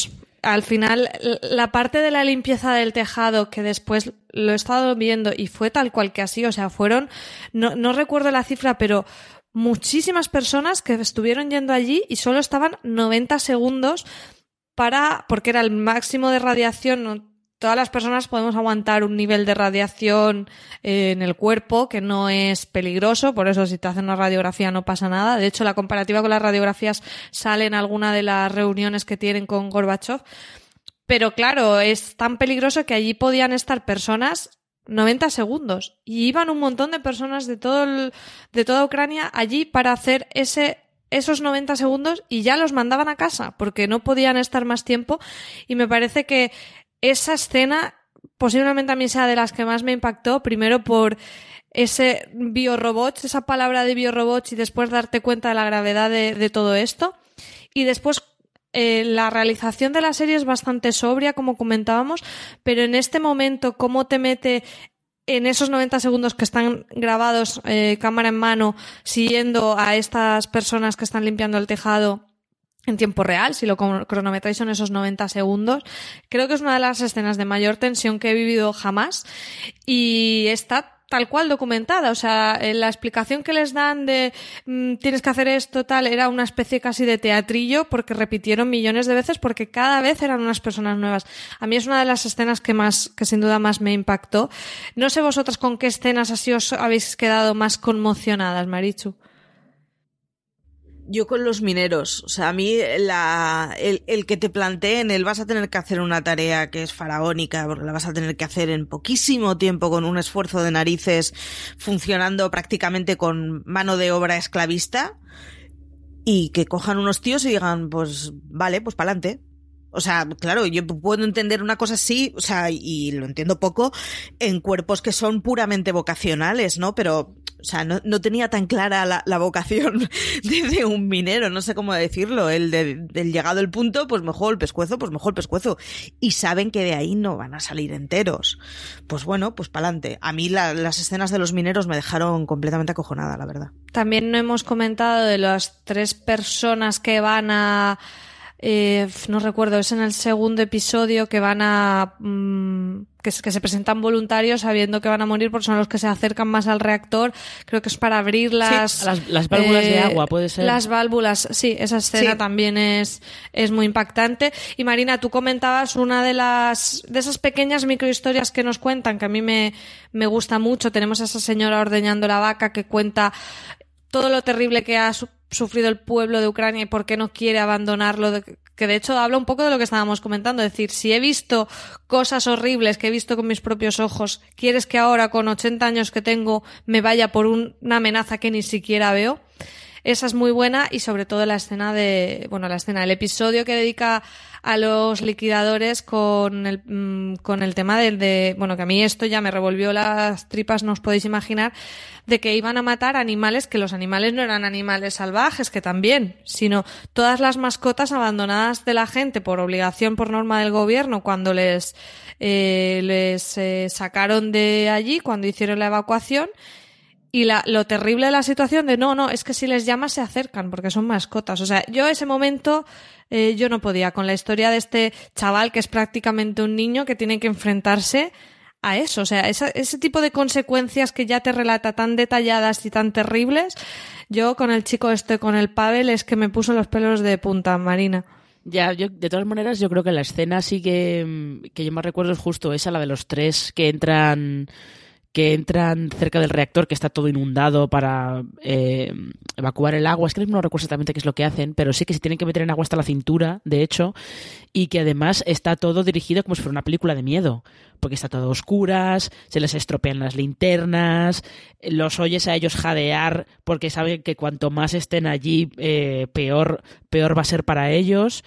al final la parte de la limpieza del tejado, que después lo he estado viendo y fue tal cual que así, o sea, fueron, no, no recuerdo la cifra, pero muchísimas personas que estuvieron yendo allí y solo estaban noventa segundos para, porque era el máximo de radiación. Todas las personas podemos aguantar un nivel de radiación eh, en el cuerpo que no es peligroso, por eso si te hacen una radiografía no pasa nada. De hecho, la comparativa con las radiografías sale en alguna de las reuniones que tienen con Gorbachov. Pero claro, es tan peligroso que allí podían estar personas noventa segundos y iban un montón de personas de todo el, de toda Ucrania allí para hacer ese esos noventa segundos y ya los mandaban a casa porque no podían estar más tiempo. Y me parece que esa escena posiblemente a mí sea de las que más me impactó, primero por ese biorobots, esa palabra de biorobots y después darte cuenta de la gravedad de, de todo esto. Y después eh, la realización de la serie es bastante sobria, como comentábamos, pero en este momento cómo te mete en esos noventa segundos que están grabados eh, cámara en mano siguiendo a estas personas que están limpiando el tejado en tiempo real, si lo cronometráis son esos noventa segundos. Creo que es una de las escenas de mayor tensión que he vivido jamás y está tal cual documentada. O sea, la explicación que les dan de mmm, tienes que hacer esto, tal, era una especie casi de teatrillo porque repitieron millones de veces porque cada vez eran unas personas nuevas. A mí es una de las escenas que más, que sin duda más me impactó. No sé vosotras con qué escenas así os habéis quedado más conmocionadas, Marichu. Yo con los mineros, o sea, a mí la, el, el que te planteen el vas a tener que hacer una tarea que es faraónica, porque la vas a tener que hacer en poquísimo tiempo con un esfuerzo de narices funcionando prácticamente con mano de obra esclavista y que cojan unos tíos y digan, pues vale, pues pa'lante. O sea, claro, yo puedo entender una cosa así, o sea, y lo entiendo poco, en cuerpos que son puramente vocacionales, ¿no? Pero, o sea, no, no tenía tan clara la, la vocación de, de un minero, no sé cómo decirlo, el de, del llegado el punto, pues mejor el pescuezo, pues mejor el pescuezo. Y saben que de ahí no van a salir enteros. Pues bueno, pues pa'lante. A mí la, las escenas de los mineros me dejaron completamente acojonada, la verdad. También no hemos comentado de las tres personas que van a... Eh, no recuerdo, es en el segundo episodio que van a mmm, que, que se presentan voluntarios sabiendo que van a morir porque son los que se acercan más al reactor. Creo que es para abrir las sí, las, las válvulas eh, de agua, puede ser. Las válvulas, sí, esa escena sí. también es, es muy impactante. Y Marina, tú comentabas una de las de esas pequeñas microhistorias que nos cuentan, que a mí me, me gusta mucho. Tenemos a esa señora ordeñando la vaca que cuenta todo lo terrible que ha sufrido el pueblo de Ucrania y por qué no quiere abandonarlo, de, que de hecho habla un poco de lo que estábamos comentando, es decir, si he visto cosas horribles que he visto con mis propios ojos, ¿quieres que ahora con ochenta años que tengo me vaya por un, una amenaza que ni siquiera veo? Esa es muy buena y sobre todo la escena de, bueno, la escena, el episodio que dedica a los liquidadores con el, mmm, con el tema de, de, bueno, que a mí esto ya me revolvió las tripas, no os podéis imaginar, de que iban a matar animales, que los animales no eran animales salvajes, que también, sino todas las mascotas abandonadas de la gente por obligación, por norma del gobierno, cuando les, eh, les eh, sacaron de allí, cuando hicieron la evacuación. Y la, lo terrible de la situación de no, no, es que si les llamas se acercan porque son mascotas. O sea, yo ese momento eh, yo no podía con la historia de este chaval que es prácticamente un niño que tiene que enfrentarse a eso. O sea, esa, ese tipo de consecuencias que ya te relata tan detalladas y tan terribles. Yo con el chico este, con el Pavel, es que me puso los pelos de punta, Marina. Ya, yo, de todas maneras, yo creo que la escena sí que, que yo más recuerdo es justo esa, la de los tres que entran... que entran cerca del reactor que está todo inundado para eh, evacuar el agua. Es que no recuerdo exactamente qué es lo que hacen, pero sí que se tienen que meter en agua hasta la cintura, de hecho, y que además está todo dirigido como si fuera una película de miedo, porque está todo a oscuras, se les estropean las linternas, los oyes a ellos jadear porque saben que cuanto más estén allí, eh, peor, peor va a ser para ellos.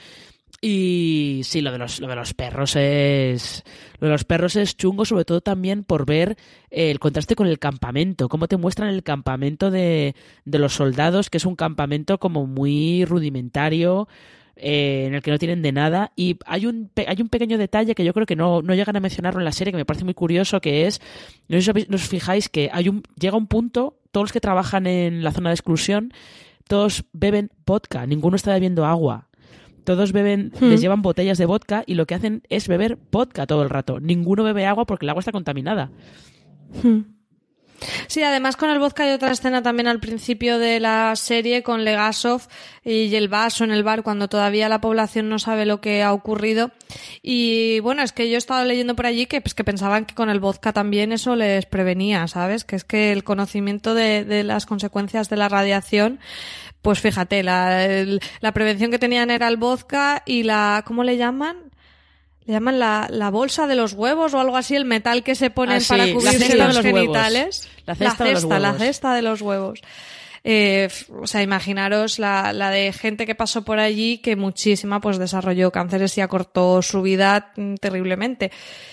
Y sí, lo de los, lo de los perros es lo de los perros es chungo, sobre todo también por ver eh, el contraste con el campamento, cómo te muestran el campamento de, de los soldados, que es un campamento como muy rudimentario, eh, en el que no tienen de nada. Y hay un hay un pequeño detalle que yo creo que no, no llegan a mencionarlo en la serie, que me parece muy curioso, que es, no sé si os fijáis que hay un llega un punto, todos los que trabajan en la zona de exclusión, todos beben vodka, ninguno está bebiendo agua. Todos beben, hmm. les llevan botellas de vodka y lo que hacen es beber vodka todo el rato. Ninguno bebe agua porque el agua está contaminada. Hmm. Sí, además con el vodka hay otra escena también al principio de la serie con Legasov y el vaso en el bar cuando todavía la población no sabe lo que ha ocurrido. Y bueno, es que yo he estado leyendo por allí que, pues, que pensaban que con el vodka también eso les prevenía, ¿sabes? Que es que el conocimiento de, de las consecuencias de la radiación, pues fíjate, la, el, la prevención que tenían era el vodka y la, ¿cómo le llaman? Le llaman la, la bolsa de los huevos o algo así, el metal que se ponen ah, sí, para cubrirse los, los genitales. La cesta, la cesta, de, los la cesta de los huevos. Eh, o sea, imaginaros la, la de gente que pasó por allí que muchísima pues desarrolló cánceres y acortó su vida terriblemente.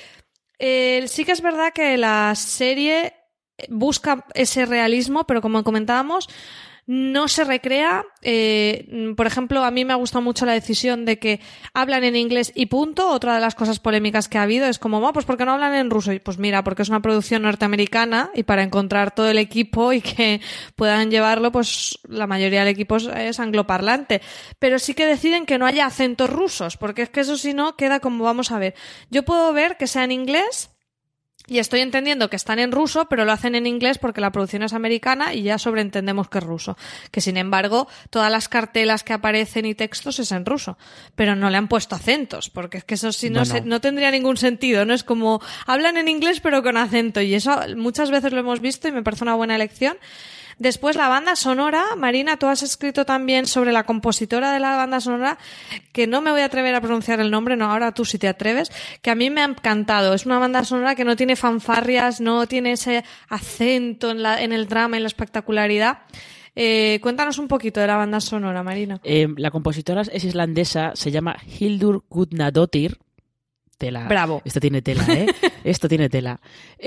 Eh, sí que es verdad que la serie busca ese realismo, pero como comentábamos, no se recrea. Eh, por ejemplo, a mí me ha gustado mucho la decisión de que hablan en inglés y punto. Otra de las cosas polémicas que ha habido es como, oh, pues ¿por qué no hablan en ruso? Y pues mira, porque es una producción norteamericana y para encontrar todo el equipo y que puedan llevarlo, pues la mayoría del equipo es angloparlante. Pero sí que deciden que no haya acentos rusos, porque es que eso si no queda como, vamos a ver. Yo puedo ver que sea en inglés y estoy entendiendo que están en ruso, pero lo hacen en inglés porque la producción es americana y ya sobreentendemos que es ruso. Que sin embargo, todas las cartelas que aparecen y textos es en ruso. Pero no le han puesto acentos, porque es que eso sí no, bueno. se, no tendría ningún sentido, ¿no? Es como, hablan en inglés pero con acento. Y eso muchas veces lo hemos visto y me parece una buena elección. Después la banda sonora, Marina, tú has escrito también sobre la compositora de la banda sonora, que no me voy a atrever a pronunciar el nombre, no, ahora tú si te atreves, que a mí me ha encantado. Es una banda sonora que no tiene fanfarrias, no tiene ese acento en, la, en el drama, en la espectacularidad. Eh, cuéntanos un poquito de la banda sonora, Marina. Eh, la compositora es islandesa, se llama Hildur Guðnadóttir. Tela. Bravo. Esto tiene tela, ¿eh? Esto tiene tela.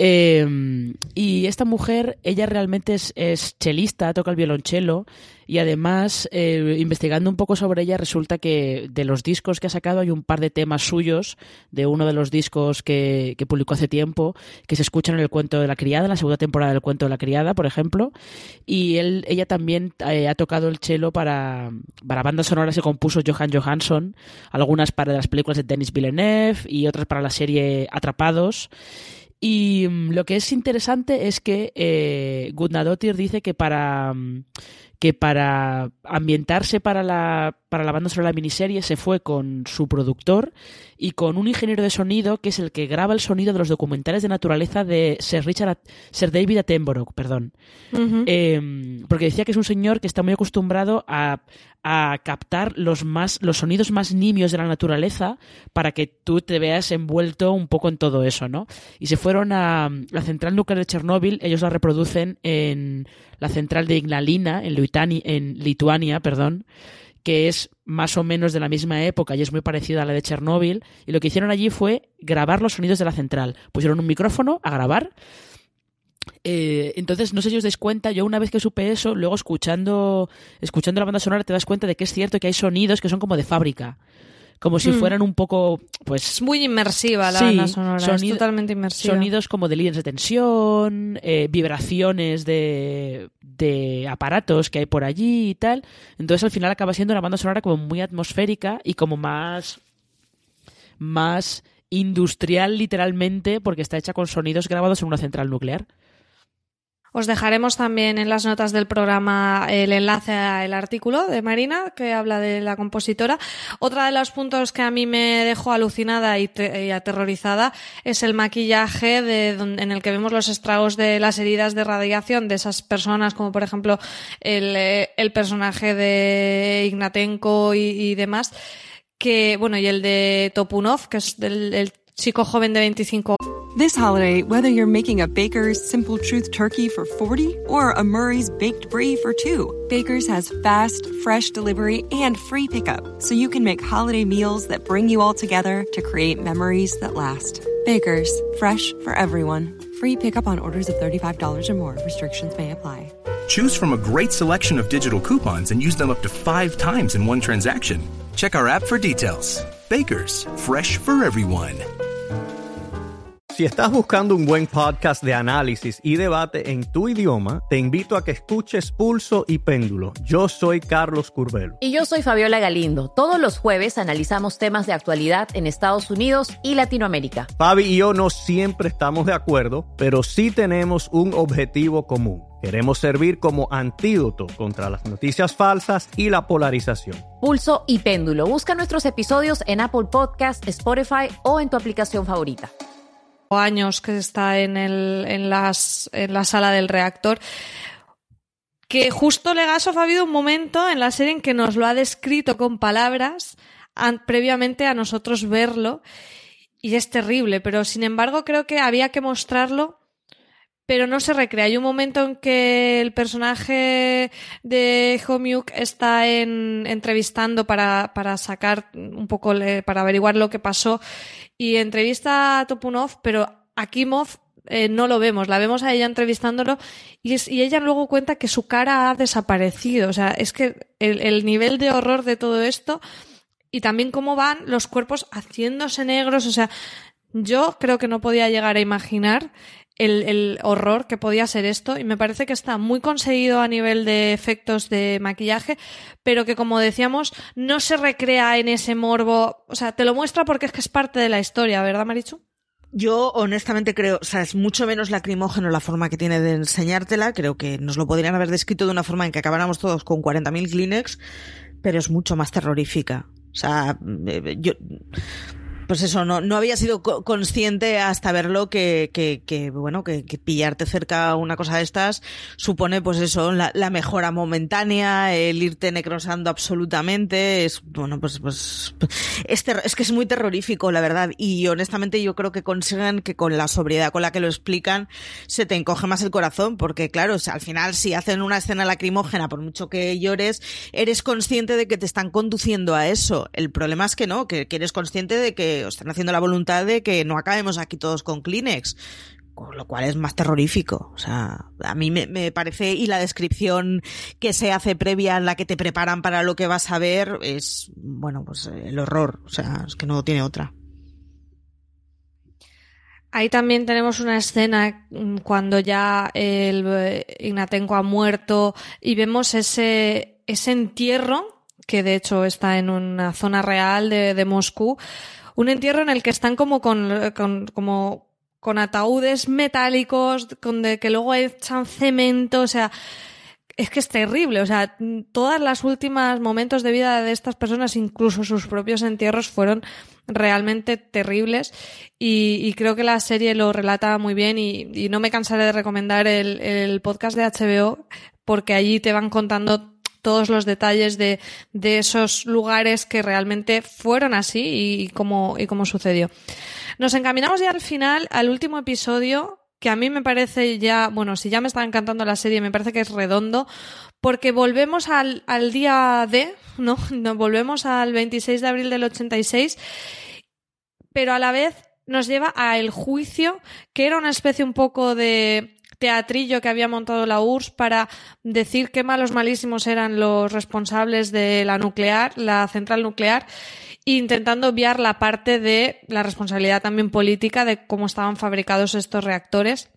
Eh, y esta mujer, ella realmente es, es chelista, toca el violonchelo y además, eh, investigando un poco sobre ella, resulta que de los discos que ha sacado hay un par de temas suyos de uno de los discos que, que publicó hace tiempo que se escuchan en el Cuento de la Criada, en la segunda temporada del Cuento de la Criada, por ejemplo. Y él, ella también eh, ha tocado el cello para, para bandas sonoras que compuso Johan Johansson, algunas para las películas de Denis Villeneuve y otras para la serie Atrapados. Y um, lo que es interesante es que eh, Guðnadóttir dice que para um, que para ambientarse para la para la banda sonora de la miniserie se fue con su productor y con un ingeniero de sonido que es el que graba el sonido de los documentales de naturaleza de Sir Richard Sir David Attenborough, perdón. Uh-huh. Eh, porque decía que es un señor que está muy acostumbrado a a captar los más los sonidos más nimios de la naturaleza para que tú te veas envuelto un poco en todo eso, ¿no? Y se fueron a la central nuclear de Chernóbil, ellos la reproducen en la central de Ignalina, en Lituania, en Lituania, perdón, que es más o menos de la misma época y es muy parecida a la de Chernóbil, y lo que hicieron allí fue grabar los sonidos de la central. Pusieron un micrófono a grabar. Eh, entonces, no sé si os dais cuenta, yo una vez que supe eso, luego escuchando escuchando la banda sonora te das cuenta de que es cierto que hay sonidos que son como de fábrica, como si mm. fueran un poco, pues... Es muy inmersiva la sí, banda sonora, sonido, es totalmente inmersiva. Sonidos como de líneas de tensión, eh, vibraciones de, de aparatos que hay por allí y tal. Entonces al final acaba siendo una banda sonora como muy atmosférica y como más... más industrial literalmente, porque está hecha con sonidos grabados en una central nuclear. Os dejaremos también en las notas del programa el enlace al artículo de Marina que habla de la compositora. Otro de los puntos que a mí me dejó alucinada y, te- y aterrorizada es el maquillaje de donde, en el que vemos los estragos de las heridas de radiación de esas personas, como por ejemplo el, el personaje de Ignatenko y, y demás, que bueno, y el de Topunov, que es del, el chico joven de veinticinco. This holiday, whether you're making a Baker's Simple Truth turkey for forty or a Murray's Baked Brie for two, Baker's has fast, fresh delivery and free pickup, so you can make holiday meals that bring you all together to create memories that last. Baker's, fresh for everyone. Free pickup on orders of thirty-five dollars or more. Restrictions may apply. Choose from a great selection of digital coupons and use them up to five times in one transaction. Check our app for details. Baker's, fresh for everyone. Si estás buscando un buen podcast de análisis y debate en tu idioma, te invito a que escuches Pulso y Péndulo. Yo soy Carlos Curbelo. Y yo soy Fabiola Galindo. Todos los jueves analizamos temas de actualidad en Estados Unidos y Latinoamérica. Fabi y yo no siempre estamos de acuerdo, pero sí tenemos un objetivo común. Queremos servir como antídoto contra las noticias falsas y la polarización. Pulso y Péndulo. Busca nuestros episodios en Apple Podcast, Spotify o en tu aplicación favorita. Años que está en, el, en, las, en la sala del reactor, que justo Legasov ha habido un momento en la serie en que nos lo ha descrito con palabras an, previamente a nosotros verlo, y es terrible, pero sin embargo creo que había que mostrarlo, pero no se recrea. Hay un momento en que el personaje de Homyuk está en, entrevistando para, para sacar un poco, para averiguar lo que pasó, y entrevista a Topunov, pero a Kimov eh, no lo vemos, la vemos a ella entrevistándolo, y, es, y ella luego cuenta que su cara ha desaparecido. O sea, es que el, el nivel de horror de todo esto, y también cómo van los cuerpos haciéndose negros, o sea, yo creo que no podía llegar a imaginar El, el horror que podía ser esto, y me parece que está muy conseguido a nivel de efectos de maquillaje, pero que, como decíamos, no se recrea en ese morbo. O sea, te lo muestra porque es que es parte de la historia, ¿verdad, Marichu? Yo honestamente creo, o sea, es mucho menos lacrimógeno la forma que tiene de enseñártela. Creo que nos lo podrían haber descrito de una forma en que acabáramos todos con cuarenta mil Kleenex, pero es mucho más terrorífica. O sea, yo... Pues eso, no, no había sido co- consciente hasta verlo que, que, que bueno, que, que pillarte cerca una cosa de estas supone, pues eso, la, la mejora momentánea, el irte necrosando absolutamente, es, bueno, pues, pues, es, ter- es que es muy terrorífico, la verdad, y honestamente yo creo que consiguen que con la sobriedad con la que lo explican se te encoge más el corazón, porque claro, o sea, al final si hacen una escena lacrimógena, por mucho que llores, eres consciente de que te están conduciendo a eso. El problema es que no, que, que eres consciente de que están haciendo la voluntad de que no acabemos aquí todos con Kleenex, con lo cual es más terrorífico. O sea, a mí me, me parece, y la descripción que se hace previa en la que te preparan para lo que vas a ver es, bueno, pues el horror. O sea, es que no tiene otra. Ahí también tenemos una escena cuando ya el Ignatenko ha muerto y vemos ese, ese entierro, que de hecho está en una zona real de, de Moscú. Un entierro en el que están como con, con, como con ataúdes metálicos, con de que luego echan cemento, o sea, es que es terrible. O sea, todas las últimas momentos de vida de estas personas, incluso sus propios entierros, fueron realmente terribles, y, y creo que la serie lo relata muy bien, y, y no me cansaré de recomendar el, el podcast de H B O, porque allí te van contando todos los detalles de, de esos lugares que realmente fueron así y, y cómo, y cómo sucedió. Nos encaminamos ya al final, al último episodio, que a mí me parece ya, bueno, si ya me está encantando la serie, me parece que es redondo, porque volvemos al, al día D, ¿no? Nos volvemos al veintiséis de abril del ochenta y seis, pero a la vez nos lleva al juicio, que era una especie un poco de teatrillo que había montado la U R S S para decir qué malos malísimos eran los responsables de la nuclear, la central nuclear, intentando obviar la parte de la responsabilidad también política de cómo estaban fabricados estos reactores.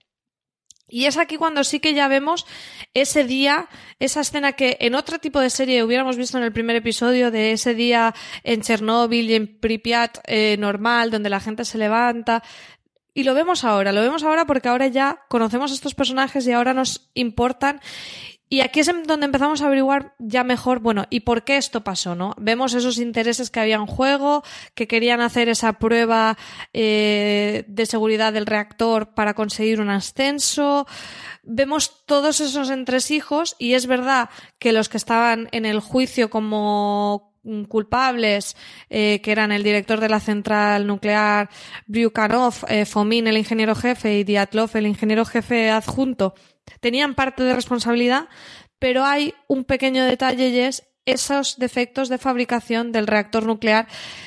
Y es aquí cuando sí que ya vemos ese día, esa escena que en otro tipo de serie hubiéramos visto en el primer episodio, de ese día en Chernóbil y en Pripyat eh, normal, donde la gente se levanta. Y lo vemos ahora, lo vemos ahora porque ahora ya conocemos a estos personajes y ahora nos importan. Y aquí es donde empezamos a averiguar ya mejor, bueno, ¿y por qué esto pasó, no? Vemos esos intereses que había en juego, que querían hacer esa prueba eh, de seguridad del reactor para conseguir un ascenso. Vemos todos esos entresijos, y es verdad que los que estaban en el juicio como culpables, eh, que eran el director de la central nuclear, Bryukhanov, eh, Fomin, el ingeniero jefe, y Dyatlov, el ingeniero jefe adjunto, tenían parte de responsabilidad, pero hay un pequeño detalle, y es esos defectos de fabricación del reactor nuclear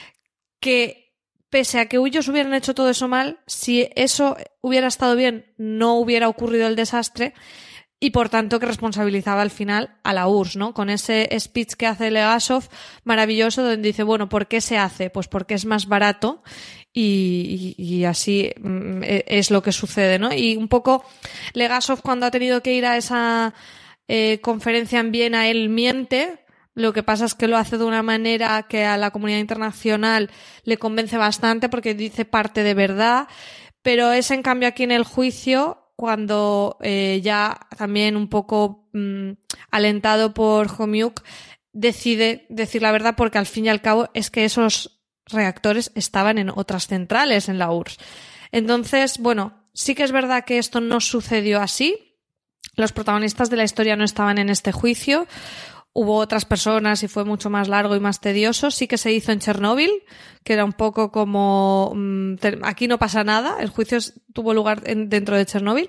que, pese a que ellos hubieran hecho todo eso mal, si eso hubiera estado bien, no hubiera ocurrido el desastre. y por tanto que responsabilizaba al final a la U R S S, ¿no? Con ese speech que hace Legasov maravilloso donde dice, bueno, ¿por qué se hace? Pues porque es más barato y, y, y así mm, es lo que sucede, ¿no? Y un poco Legasov cuando ha tenido que ir a esa eh, conferencia en Viena, él miente. Lo que pasa es que lo hace de una manera que a la comunidad internacional le convence bastante porque dice parte de verdad, pero es en cambio aquí en el juicio cuando eh, ya también un poco mmm, alentado por Homiuk decide decir la verdad porque al fin y al cabo es que esos reactores estaban en otras centrales en la U R S S. Entonces, bueno, sí que es verdad que esto no sucedió así. Los protagonistas de la historia no estaban en este juicio. Hubo otras personas y fue mucho más largo y más tedioso. Sí que se hizo en Chernóbil, que era un poco como... Mmm, aquí no pasa nada, el juicio tuvo lugar en, dentro de Chernóbil.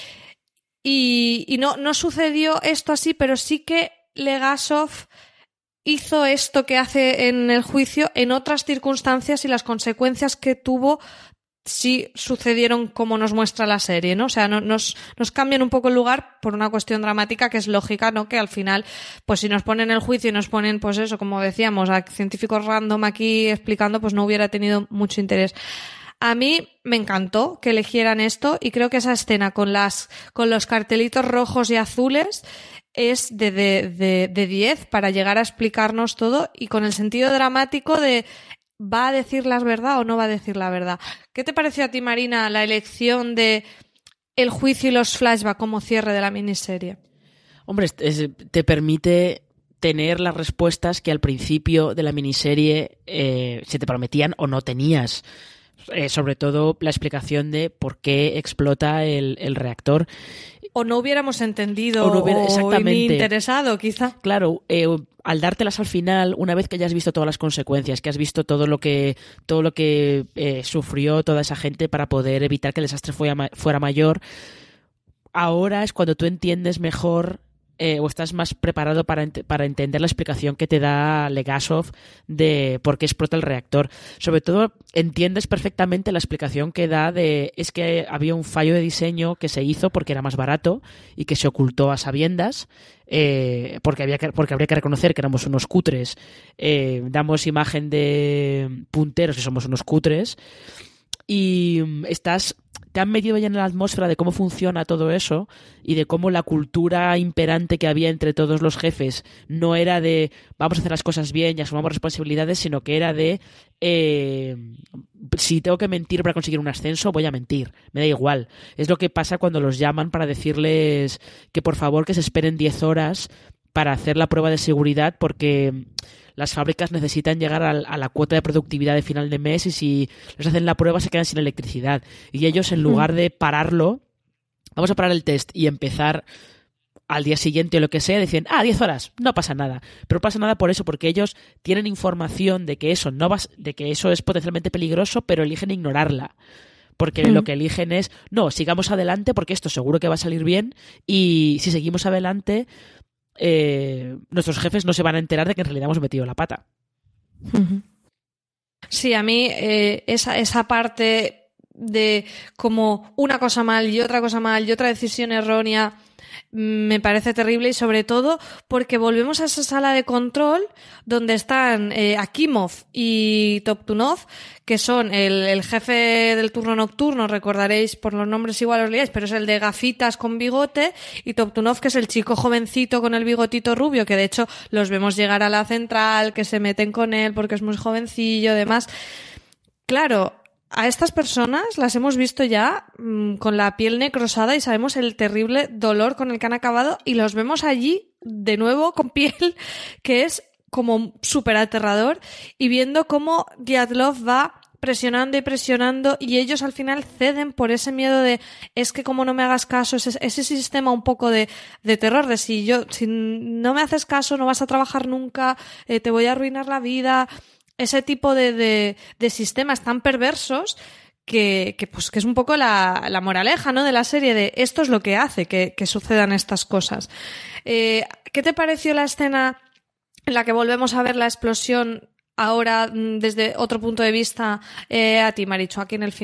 Y, y no, no sucedió esto así, pero sí que Legasov hizo esto que hace en el juicio en otras circunstancias y las consecuencias que tuvo sí sucedieron como nos muestra la serie, ¿no? O sea, no, nos, nos cambian un poco el lugar por una cuestión dramática que es lógica, ¿no? Que al final, pues si nos ponen el juicio y nos ponen, pues eso, como decíamos, a científicos random aquí explicando, pues no hubiera tenido mucho interés. A mí me encantó que eligieran esto y creo que esa escena con las, con los cartelitos rojos y azules es de, de, de, de diez para llegar a explicarnos todo y con el sentido dramático de ¿va a decir la verdad o no va a decir la verdad? ¿Qué te pareció a ti, Marina, la elección de el juicio y los flashbacks como cierre de la miniserie? Hombre, es, te permite tener las respuestas que al principio de la miniserie eh, se te prometían o no tenías. Eh, sobre todo la explicación de por qué explota el, el reactor. O no hubiéramos entendido o, no hubiera, exactamente. o ni interesado, quizá. Claro, eh, al dártelas al final, una vez que hayas visto todas las consecuencias, que has visto todo lo que todo lo que eh, sufrió toda esa gente para poder evitar que el desastre fuera, fuera mayor, ahora es cuando tú entiendes mejor eh, o estás más preparado para, ent- para entender la explicación que te da Legasov de por qué explota el reactor. Sobre todo, entiendes perfectamente la explicación que da de es que había un fallo de diseño que se hizo porque era más barato y que se ocultó a sabiendas, eh, porque, había que, porque habría que reconocer que éramos unos cutres. Eh, damos imagen de punteros y somos unos cutres. Y estás... te han metido ya en la atmósfera de cómo funciona todo eso y de cómo la cultura imperante que había entre todos los jefes no era de vamos a hacer las cosas bien y asumamos responsabilidades, sino que era de eh, si tengo que mentir para conseguir un ascenso, voy a mentir, me da igual. Es lo que pasa cuando los llaman para decirles que por favor que se esperen diez horas para hacer la prueba de seguridad porque las fábricas necesitan llegar a, a la cuota de productividad de final de mes y si les hacen la prueba se quedan sin electricidad. Y ellos, en lugar de pararlo, vamos a parar el test y empezar al día siguiente o lo que sea, decían, ah, diez horas, no pasa nada. Pero pasa nada por eso, porque ellos tienen información de que eso, no va, de que eso es potencialmente peligroso, pero eligen ignorarla. Porque mm. lo que eligen es, no, sigamos adelante porque esto seguro que va a salir bien y si seguimos adelante... Eh, nuestros jefes no se van a enterar de que en realidad hemos metido la pata. Sí, a mí eh, esa, esa parte de como una cosa mal y otra cosa mal y otra decisión errónea me parece terrible y sobre todo porque volvemos a esa sala de control donde están eh, Akimov y Toptunov, que son el, el jefe del turno nocturno, recordaréis por los nombres igual os liáis, pero es el de gafitas con bigote, y Toptunov, que es el chico jovencito con el bigotito rubio, que de hecho los vemos llegar a la central, que se meten con él porque es muy jovencillo, demás. Claro, a estas personas las hemos visto ya mmm, con la piel necrosada y sabemos el terrible dolor con el que han acabado y los vemos allí de nuevo con piel que es como súper aterrador y viendo cómo Dyatlov va presionando y presionando y ellos al final ceden por ese miedo de es que como no me hagas caso, ese, ese sistema un poco de, de terror de si yo si no me haces caso no vas a trabajar nunca, eh, te voy a arruinar la vida. Ese tipo de, de, de sistemas tan perversos que, que, pues, que es un poco la, la moraleja, ¿no? de la serie de esto es lo que hace que, que sucedan estas cosas. Eh, ¿Qué te pareció la escena en la que volvemos a ver la explosión ahora desde otro punto de vista eh, a ti, Marichu, aquí en el final?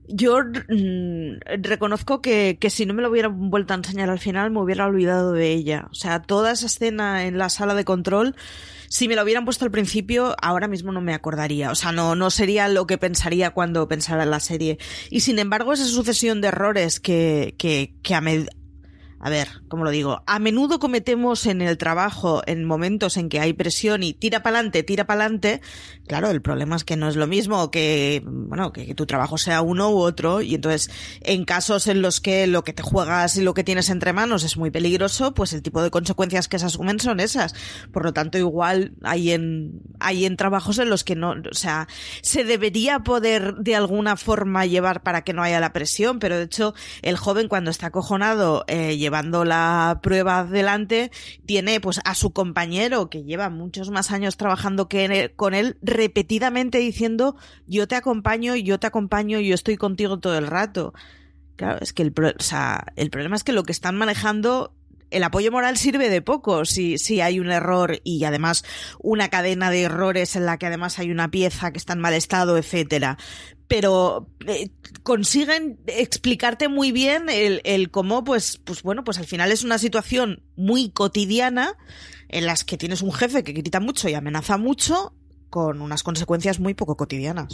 Yo mmm, reconozco que, que si no me lo hubieran vuelto a enseñar al final me hubiera olvidado de ella. O sea, toda esa escena en la sala de control, si me lo hubieran puesto al principio, ahora mismo no me acordaría. O sea, no, no sería lo que pensaría cuando pensara en la serie. Y sin embargo, esa sucesión de errores que, que, que a medida... A ver, ¿cómo lo digo? A menudo cometemos en el trabajo, en momentos en que hay presión y tira pa'lante, tira pa'lante. Claro, el problema es que no es lo mismo que, bueno, que, que tu trabajo sea uno u otro, y entonces, en casos en los que lo que te juegas y lo que tienes entre manos es muy peligroso, pues el tipo de consecuencias que se asumen son esas. Por lo tanto, igual hay en, hay en trabajos en los que no, o sea, se debería poder de alguna forma llevar para que no haya la presión, pero de hecho, el joven cuando está acojonado, eh, llevando la prueba adelante, tiene pues a su compañero que lleva muchos más años trabajando que él, con él, repetidamente diciendo yo te acompaño, yo te acompaño, yo estoy contigo todo el rato. Claro, es que el, pro- o sea, el problema es que lo que están manejando, el apoyo moral sirve de poco si, si hay un error y además una cadena de errores en la que además hay una pieza que está en mal estado, etcétera. Pero eh, consiguen explicarte muy bien el, el cómo, pues, pues bueno, pues al final es una situación muy cotidiana en las que tienes un jefe que grita mucho y amenaza mucho con unas consecuencias muy poco cotidianas.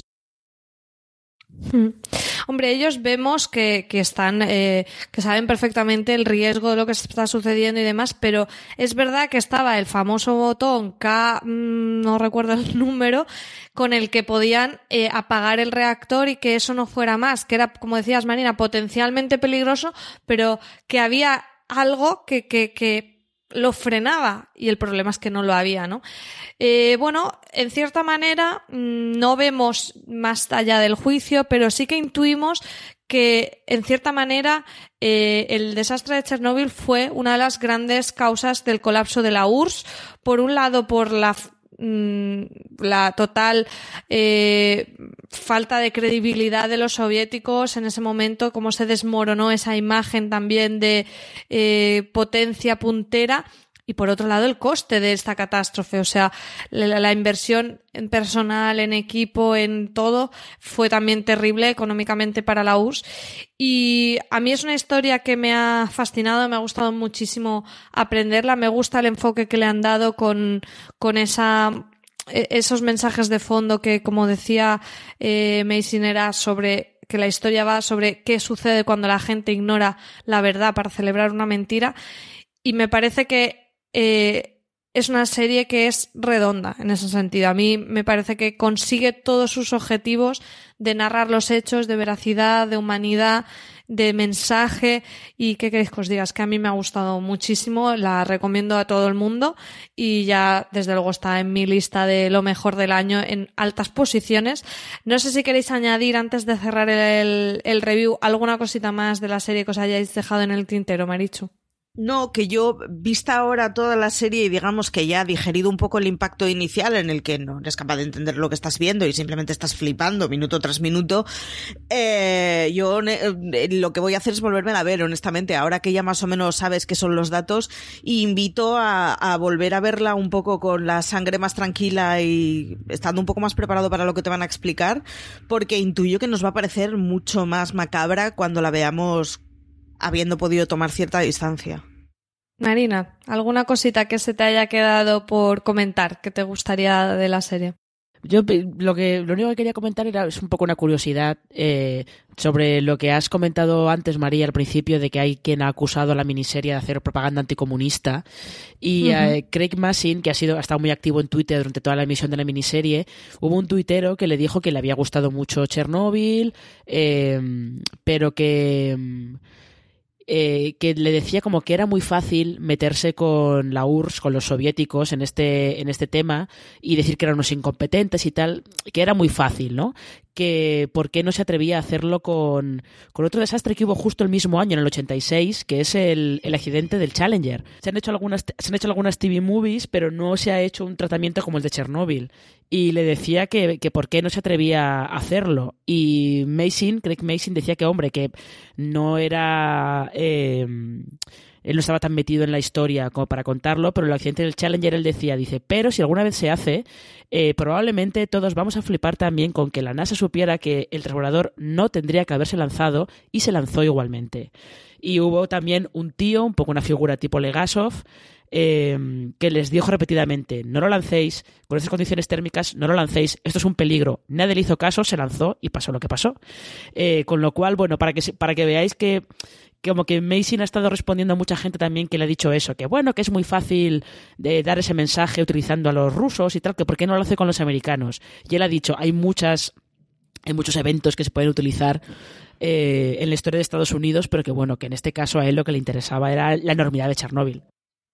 Hmm. Hombre, ellos vemos que, que están, eh, que saben perfectamente el riesgo de lo que está sucediendo y demás, pero es verdad que estaba el famoso botón K, mmm, no recuerdo el número, con el que podían eh, apagar el reactor y que eso no fuera más, que era, como decías, Marina, potencialmente peligroso, pero que había algo que, que, que lo frenaba, y el problema es que no lo había, ¿no? Eh, bueno, en cierta manera no vemos más allá del juicio, pero sí que intuimos que en cierta manera eh, el desastre de Chernóbil fue una de las grandes causas del colapso de la U R S S, por un lado por la la total eh, falta de credibilidad de los soviéticos en ese momento, cómo se desmoronó esa imagen también de eh, potencia puntera, y por otro lado el coste de esta catástrofe, o sea, la, la inversión en personal, en equipo, en todo, fue también terrible económicamente para la U R S S. Y a mí es una historia que me ha fascinado, me ha gustado muchísimo aprenderla, me gusta el enfoque que le han dado con, con esa, esos mensajes de fondo que, como decía eh, Mason, era sobre que la historia va sobre qué sucede cuando la gente ignora la verdad para celebrar una mentira, y me parece que Eh, es una serie que es redonda en ese sentido. A mí me parece que consigue todos sus objetivos de narrar los hechos, de veracidad, de humanidad, de mensaje. ¿Y qué queréis que os diga? Es que a mí me ha gustado muchísimo, la recomiendo a todo el mundo y ya desde luego está en mi lista de lo mejor del año en altas posiciones. No sé si queréis añadir antes de cerrar el, el review alguna cosita más de la serie que os hayáis dejado en el tintero, Marichu. No, que yo, vista ahora toda la serie y digamos que ya ha digerido un poco el impacto inicial en el que no eres capaz de entender lo que estás viendo y simplemente estás flipando minuto tras minuto, eh, yo eh, lo que voy a hacer es volverme a ver, honestamente, ahora que ya más o menos sabes qué son los datos, y invito a, a volver a verla un poco con la sangre más tranquila y estando un poco más preparado para lo que te van a explicar, porque intuyo que nos va a parecer mucho más macabra cuando la veamos habiendo podido tomar cierta distancia. Marina, ¿alguna cosita que se te haya quedado por comentar que te gustaría de la serie? Yo lo que lo único que quería comentar era es un poco una curiosidad eh, sobre lo que has comentado antes, María, al principio, de que hay quien ha acusado a la miniserie de hacer propaganda anticomunista, y uh-huh. eh, Craig Mazin, que ha sido ha estado muy activo en Twitter durante toda la emisión de la miniserie, hubo un tuitero que le dijo que le había gustado mucho Chernóbil, eh, pero que Eh, que le decía como que era muy fácil meterse con la U R S S, con los soviéticos en este, en este tema, y decir que eran unos incompetentes y tal, que era muy fácil, ¿no? Que por qué no se atrevía a hacerlo con, con otro desastre que hubo justo el mismo año, en el ochenta y seis, que es el, el accidente del Challenger. Se han hecho algunas, se han hecho algunas T V movies, pero no se ha hecho un tratamiento como el de Chernóbil. Y le decía que, que por qué no se atrevía a hacerlo. Y Mason, Craig Mazin, decía que, hombre, que no era... Eh, él no estaba tan metido en la historia como para contarlo, pero en el accidente del Challenger él decía, dice, pero si alguna vez se hace, eh, probablemente todos vamos a flipar también con que la NASA supiera que el transbordador no tendría que haberse lanzado y se lanzó igualmente. Y hubo también un tío, un poco una figura tipo Legasov, eh, que les dijo repetidamente, no lo lancéis, con estas condiciones térmicas, no lo lancéis, esto es un peligro. Nadie le hizo caso, se lanzó y pasó lo que pasó. Eh, con lo cual, bueno, para que, para que veáis que como que Mason ha estado respondiendo a mucha gente también que le ha dicho eso, que bueno, que es muy fácil de dar ese mensaje utilizando a los rusos y tal, que por qué no lo hace con los americanos. Y él ha dicho, hay muchas, hay muchos eventos que se pueden utilizar eh, en la historia de Estados Unidos, pero que bueno, que en este caso a él lo que le interesaba era la enormidad de Chernóbil.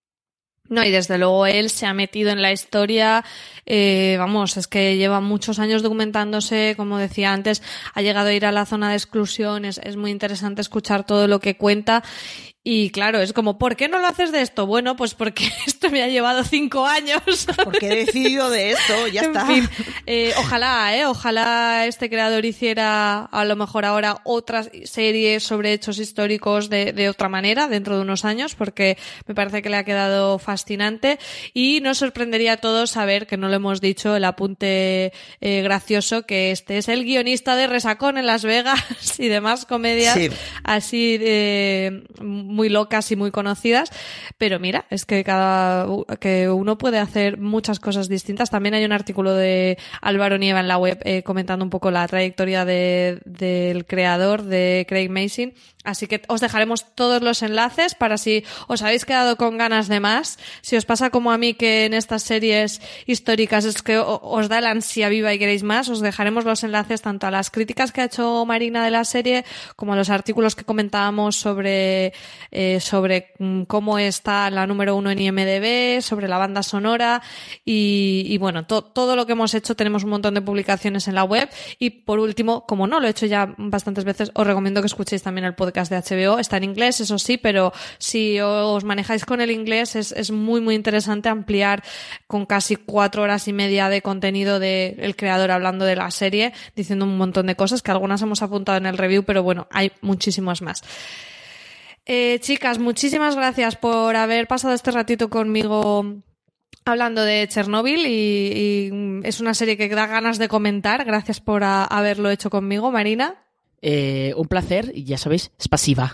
No, y desde luego él se ha metido en la historia, eh, vamos, es que lleva muchos años documentándose, como decía antes, ha llegado a ir a la zona de exclusión, es, es muy interesante escuchar todo lo que cuenta. Y claro, es como, ¿por qué no lo haces de esto? Bueno, pues porque esto me ha llevado cinco años. Porque he decidido de esto, ya en está. Fin, eh, ojalá, eh, ojalá este creador hiciera a lo mejor ahora otra serie sobre hechos históricos de, de otra manera dentro de unos años, porque me parece que le ha quedado fascinante y nos sorprendería a todos saber, que no lo hemos dicho, el apunte eh, gracioso, que este es el guionista de Resacón en Las Vegas y demás comedias sí. así de muy locas y muy conocidas, pero mira, es que cada que uno puede hacer muchas cosas distintas. También hay un artículo de Álvaro Nieva en la web eh, comentando un poco la trayectoria de, del creador, de Craig Mason, así que os dejaremos todos los enlaces para si os habéis quedado con ganas de más, si os pasa como a mí que en estas series históricas es que os da la ansia viva y queréis más, os dejaremos los enlaces tanto a las críticas que ha hecho Marina de la serie como a los artículos que comentábamos sobre Eh, sobre cómo está la número uno en I M D B, sobre la banda sonora y, y bueno, to, todo lo que hemos hecho. Tenemos un montón de publicaciones en la web y por último, como no lo he hecho ya bastantes veces, os recomiendo que escuchéis también el podcast de H B O. Está en inglés, eso sí, pero si os manejáis con el inglés es, es muy muy interesante ampliar con casi cuatro horas y media de contenido del creador hablando de la serie, diciendo un montón de cosas que algunas hemos apuntado en el review, pero bueno, hay muchísimas más. Eh, chicas, muchísimas gracias por haber pasado este ratito conmigo hablando de Chernóbil y, y es una serie que da ganas de comentar. Gracias por a, haberlo hecho conmigo, Marina. Eh, un placer y ya sabéis, es pasiva.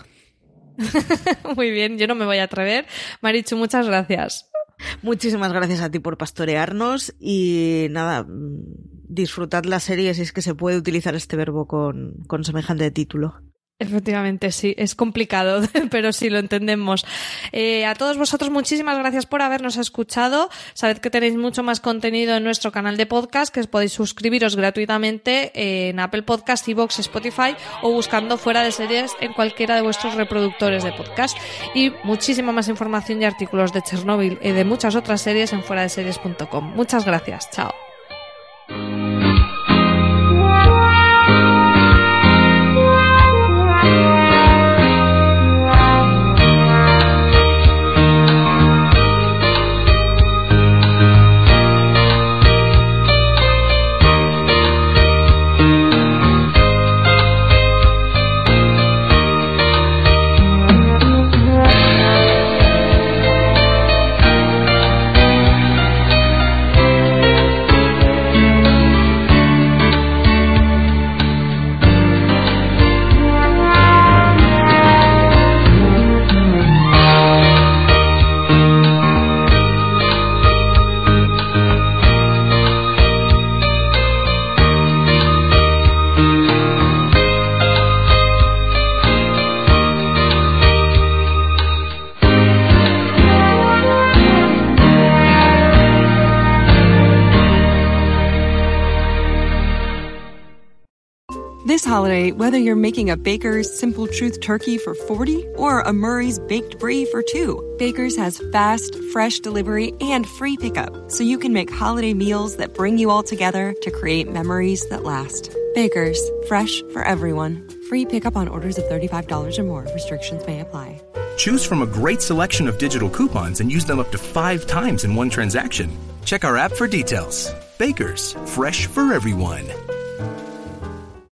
Muy bien, yo no me voy a atrever. Marichu, muchas gracias. Muchísimas gracias a ti por pastorearnos y nada, disfrutad la serie si es que se puede utilizar este verbo con, con semejante título. Efectivamente, sí, es complicado, pero sí lo entendemos. Eh, a todos vosotros, muchísimas gracias por habernos escuchado. Sabed que tenéis mucho más contenido en nuestro canal de podcast, que podéis suscribiros gratuitamente en Apple Podcast, iVoox, Spotify o buscando Fuera de Series en cualquiera de vuestros reproductores de podcast. Y muchísima más información y artículos de Chernóbil y de muchas otras series en fuera de series punto com. Muchas gracias, chao. This holiday, whether you're making a Baker's Simple Truth turkey for forty or a Murray's Baked Brie for two, Baker's has fast, fresh delivery and free pickup, so you can make holiday meals that bring you all together to create memories that last. Baker's, fresh for everyone. Free pickup on orders of thirty-five dollars or more. Restrictions may apply. Choose from a great selection of digital coupons and use them up to five times in one transaction. Check our app for details. Baker's, fresh for everyone.